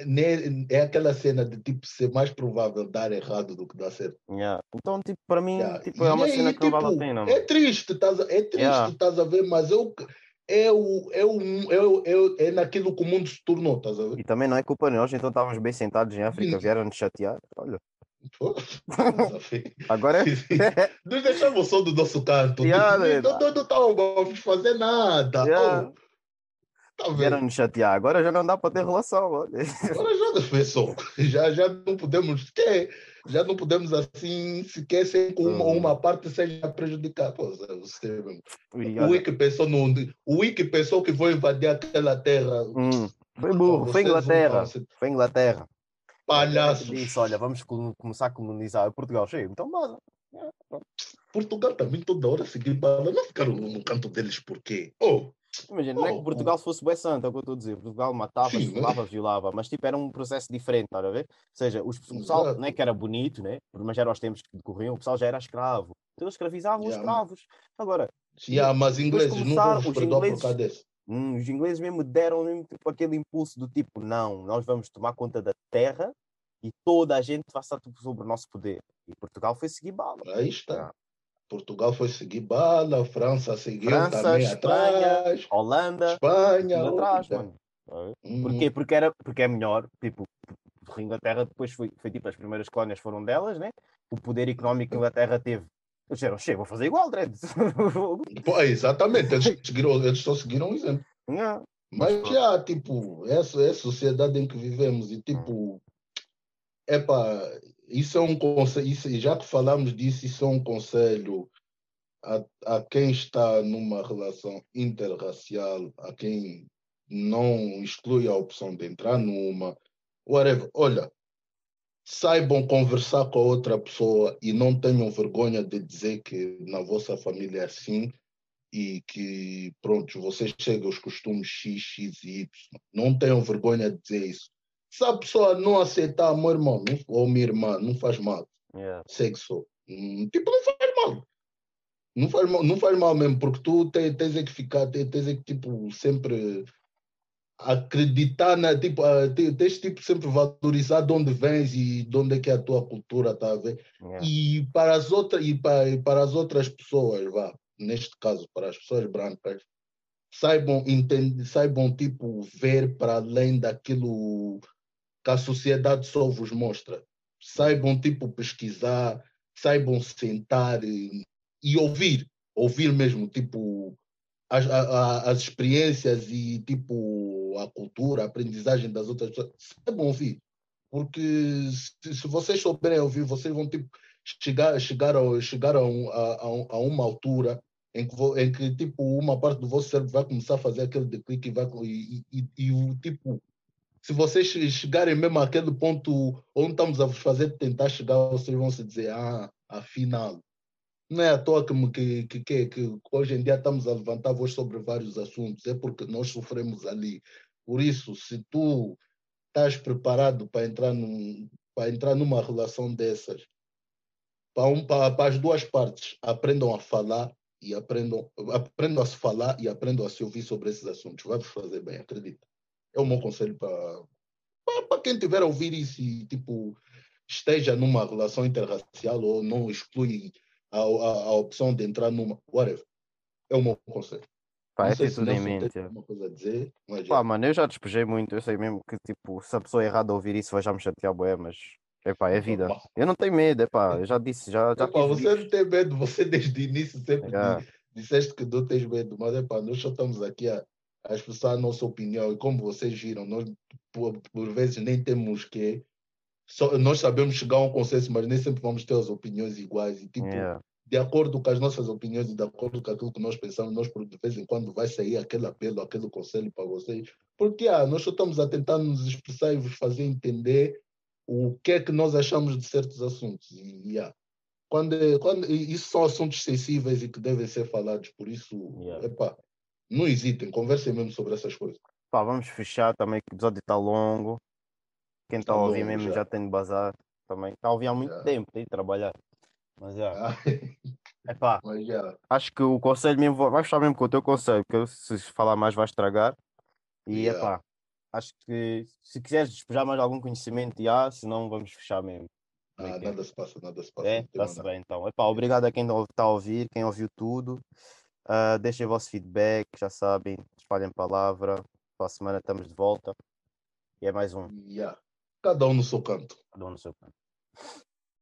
né, é aquela cena de tipo ser mais provável dar errado do que dar certo. yeah. Então, tipo, para mim, Yeah. tipo, é E uma cena aí, que não vale a tipo, pena, é mano. triste, estás a, é triste, Yeah. estás a ver, mas eu, é, o, é, o, é, o, é, o- é naquilo que o mundo se tornou, estás a ver? E também não é culpa de nós, então estávamos bem sentados em África, E- vieram-nos chatear. Olha, Pô, estás a ver? agora é. Nos deixamos só do nosso canto, tipo, Yeah, nem- né? não, não, não estávamos fazer nada. Yeah. Oh, tá a ver? Vieram-nos chatear, agora já não dá para ter relação. Olha. Agora já pensou, já, já não podemos sequer, já não podemos assim sequer ser com uma, Hum, uma parte seja prejudicada. Pô, você, e o olha, Wiki pensou no, o Wiki pensou que vou invadir aquela terra. hum, foi Pô, burro, foi vocês vão Inglaterra, ser foi Inglaterra. Inglaterra que disse, olha, palhaços. vamos colo- começar a colonizar Portugal. Chega, então bora. Yeah, pronto. Portugal também toda hora seguir bala. Não ficaram no canto deles por quê? Oh, Imagina, não é que oh, oh, Portugal fosse bué santo, é o que eu estou a dizer. Portugal matava, sim, né? esfolava, violava, mas tipo era um processo diferente, estás a ver? Ou seja, os, o pessoal não é Exato. que era bonito, né? Mas já era os tempos que decorriam, o pessoal já era escravo. Então eles escravizavam os Yeah, ma- escravos. Agora, e yeah, mas depois ingleses não vão começaram, vos os perdoar por causa ingleses, desse. hum, os ingleses mesmo deram mesmo, tipo, aquele impulso do tipo, não, nós vamos tomar conta da terra e toda a gente vai estar tipo, sobre o nosso poder. E Portugal foi seguir bala. Aí está. Ah. Portugal foi seguir bala, a França seguiu França, também Espanha, atrás, Holanda, Espanha. tudo atrás, Olha. mano. Ah. Porquê? Uhum. Porque, era, porque é melhor, tipo, a Inglaterra depois foi, foi tipo, as primeiras colónias foram delas, né? O poder económico que a Inglaterra teve. Eles disseram, chega, vou fazer igual, Dredd. Pô, exatamente, eles, seguiram, eles só seguiram o exemplo. Yeah. Mas Mas pronto. já, tipo, essa é a sociedade em que vivemos e, Hum. tipo, epá, isso é um conselho, isso, já que falamos disso, isso é um conselho a, a quem está numa relação interracial, a quem não exclui a opção de entrar numa, whatever. Olha, saibam conversar com a outra pessoa e não tenham vergonha de dizer que na vossa família é assim e que, pronto, vocês seguem os costumes X, X e Y. Não tenham vergonha de dizer isso. Se a pessoa não aceitar, meu irmão não- ou minha irmã, não faz mal. Yeah. Segue só. Hum, tipo, não faz mal. Não faz mal, não faz mal mesmo, porque tu tens, tens é que ficar, tens, tens é que, tipo, sempre acreditar na, tipo, uh, tens, tipo, sempre valorizar de onde vens e de onde é que é a tua cultura, tá a ver? Yeah. E para as outras, e para, e para as outras pessoas, vá, neste caso, para as pessoas brancas, saibam entender, saibam, tipo, ver para além daquilo que a sociedade só vos mostra. Saibam, tipo, pesquisar, saibam sentar e, e ouvir, ouvir mesmo, tipo, as, a, as experiências e, tipo, a cultura, a aprendizagem das outras pessoas. Saibam ouvir, porque se, se vocês souberem ouvir, vocês vão, tipo, chegar, chegar, ao, chegar a, um, a, a, a uma altura em que, vo, em que, tipo, uma parte do vosso cérebro vai começar a fazer aquele declique e vai, e, e, e o tipo, se vocês chegarem mesmo àquele ponto onde estamos a vos fazer tentar chegar, vocês vão se dizer, ah, afinal, não é à toa que, que, que, que, que hoje em dia estamos a levantar voz sobre vários assuntos, é porque nós sofremos ali. Por isso, se tu estás preparado para entrar, num, para entrar numa relação dessas, para, um, para, para as duas partes, aprendam a falar e aprendam, aprendam a se falar e aprendam a se ouvir sobre esses assuntos. Vai vos fazer bem, acredita. É o meu conselho para para quem tiver a ouvir isso e, tipo, esteja numa relação interracial ou não exclui a, a, a opção de entrar numa, whatever, é o meu conselho. Pá, Não é sei ter se tudo em Nelson tem mente. Yeah. alguma coisa a dizer, mas Pá, já. mano, eu já despejei muito. Eu sei mesmo que, tipo, se a pessoa errada ouvir isso vai já me chatear, bué, mas, epá, é vida. Normal. Eu não tenho medo, epá, eu já disse, já, já Epá, tive você bifes. não tem medo, você desde o início sempre Yeah. di- disseste que não tens medo, mas epá, nós só estamos aqui a, a expressar a nossa opinião e como vocês viram, nós por, por vezes nem temos que, só, nós sabemos chegar a um consenso, mas nem sempre vamos ter as opiniões iguais e tipo, Yeah. de acordo com as nossas opiniões e de acordo com aquilo que nós pensamos, nós por de vez em quando vai sair aquele apelo, aquele conselho para vocês, porque ah, nós só estamos a tentar nos expressar e vos fazer entender o que é que nós achamos de certos assuntos. E, e, ah, quando, quando, e isso são assuntos sensíveis e que devem ser falados, por isso, Yeah. epá, não hesitem, conversem mesmo sobre essas coisas. Pá, vamos fechar também, que o episódio está longo. Quem está Está a ouvir longo mesmo já. já tem de bazar também. Está a ouvir há muito já. tempo, tem de trabalhar. Mas já. Ah, É pá, mas já. acho que o conselho mesmo, vai fechar mesmo com o teu conselho, porque se falar mais vai estragar. E é Yeah. pá, acho que se quiseres despejar mais algum conhecimento, já, senão vamos fechar mesmo. Como é Ah, que é? nada se passa, nada se passa, É? não tem mais Está-se nada. bem então. Epá, obrigado a quem está a ouvir, quem ouviu tudo. Ah, deixem o vosso feedback, já sabem, espalhem a palavra. Para a semana estamos de volta. E é mais um. Yeah. Cada um no seu canto. Cada um no seu canto.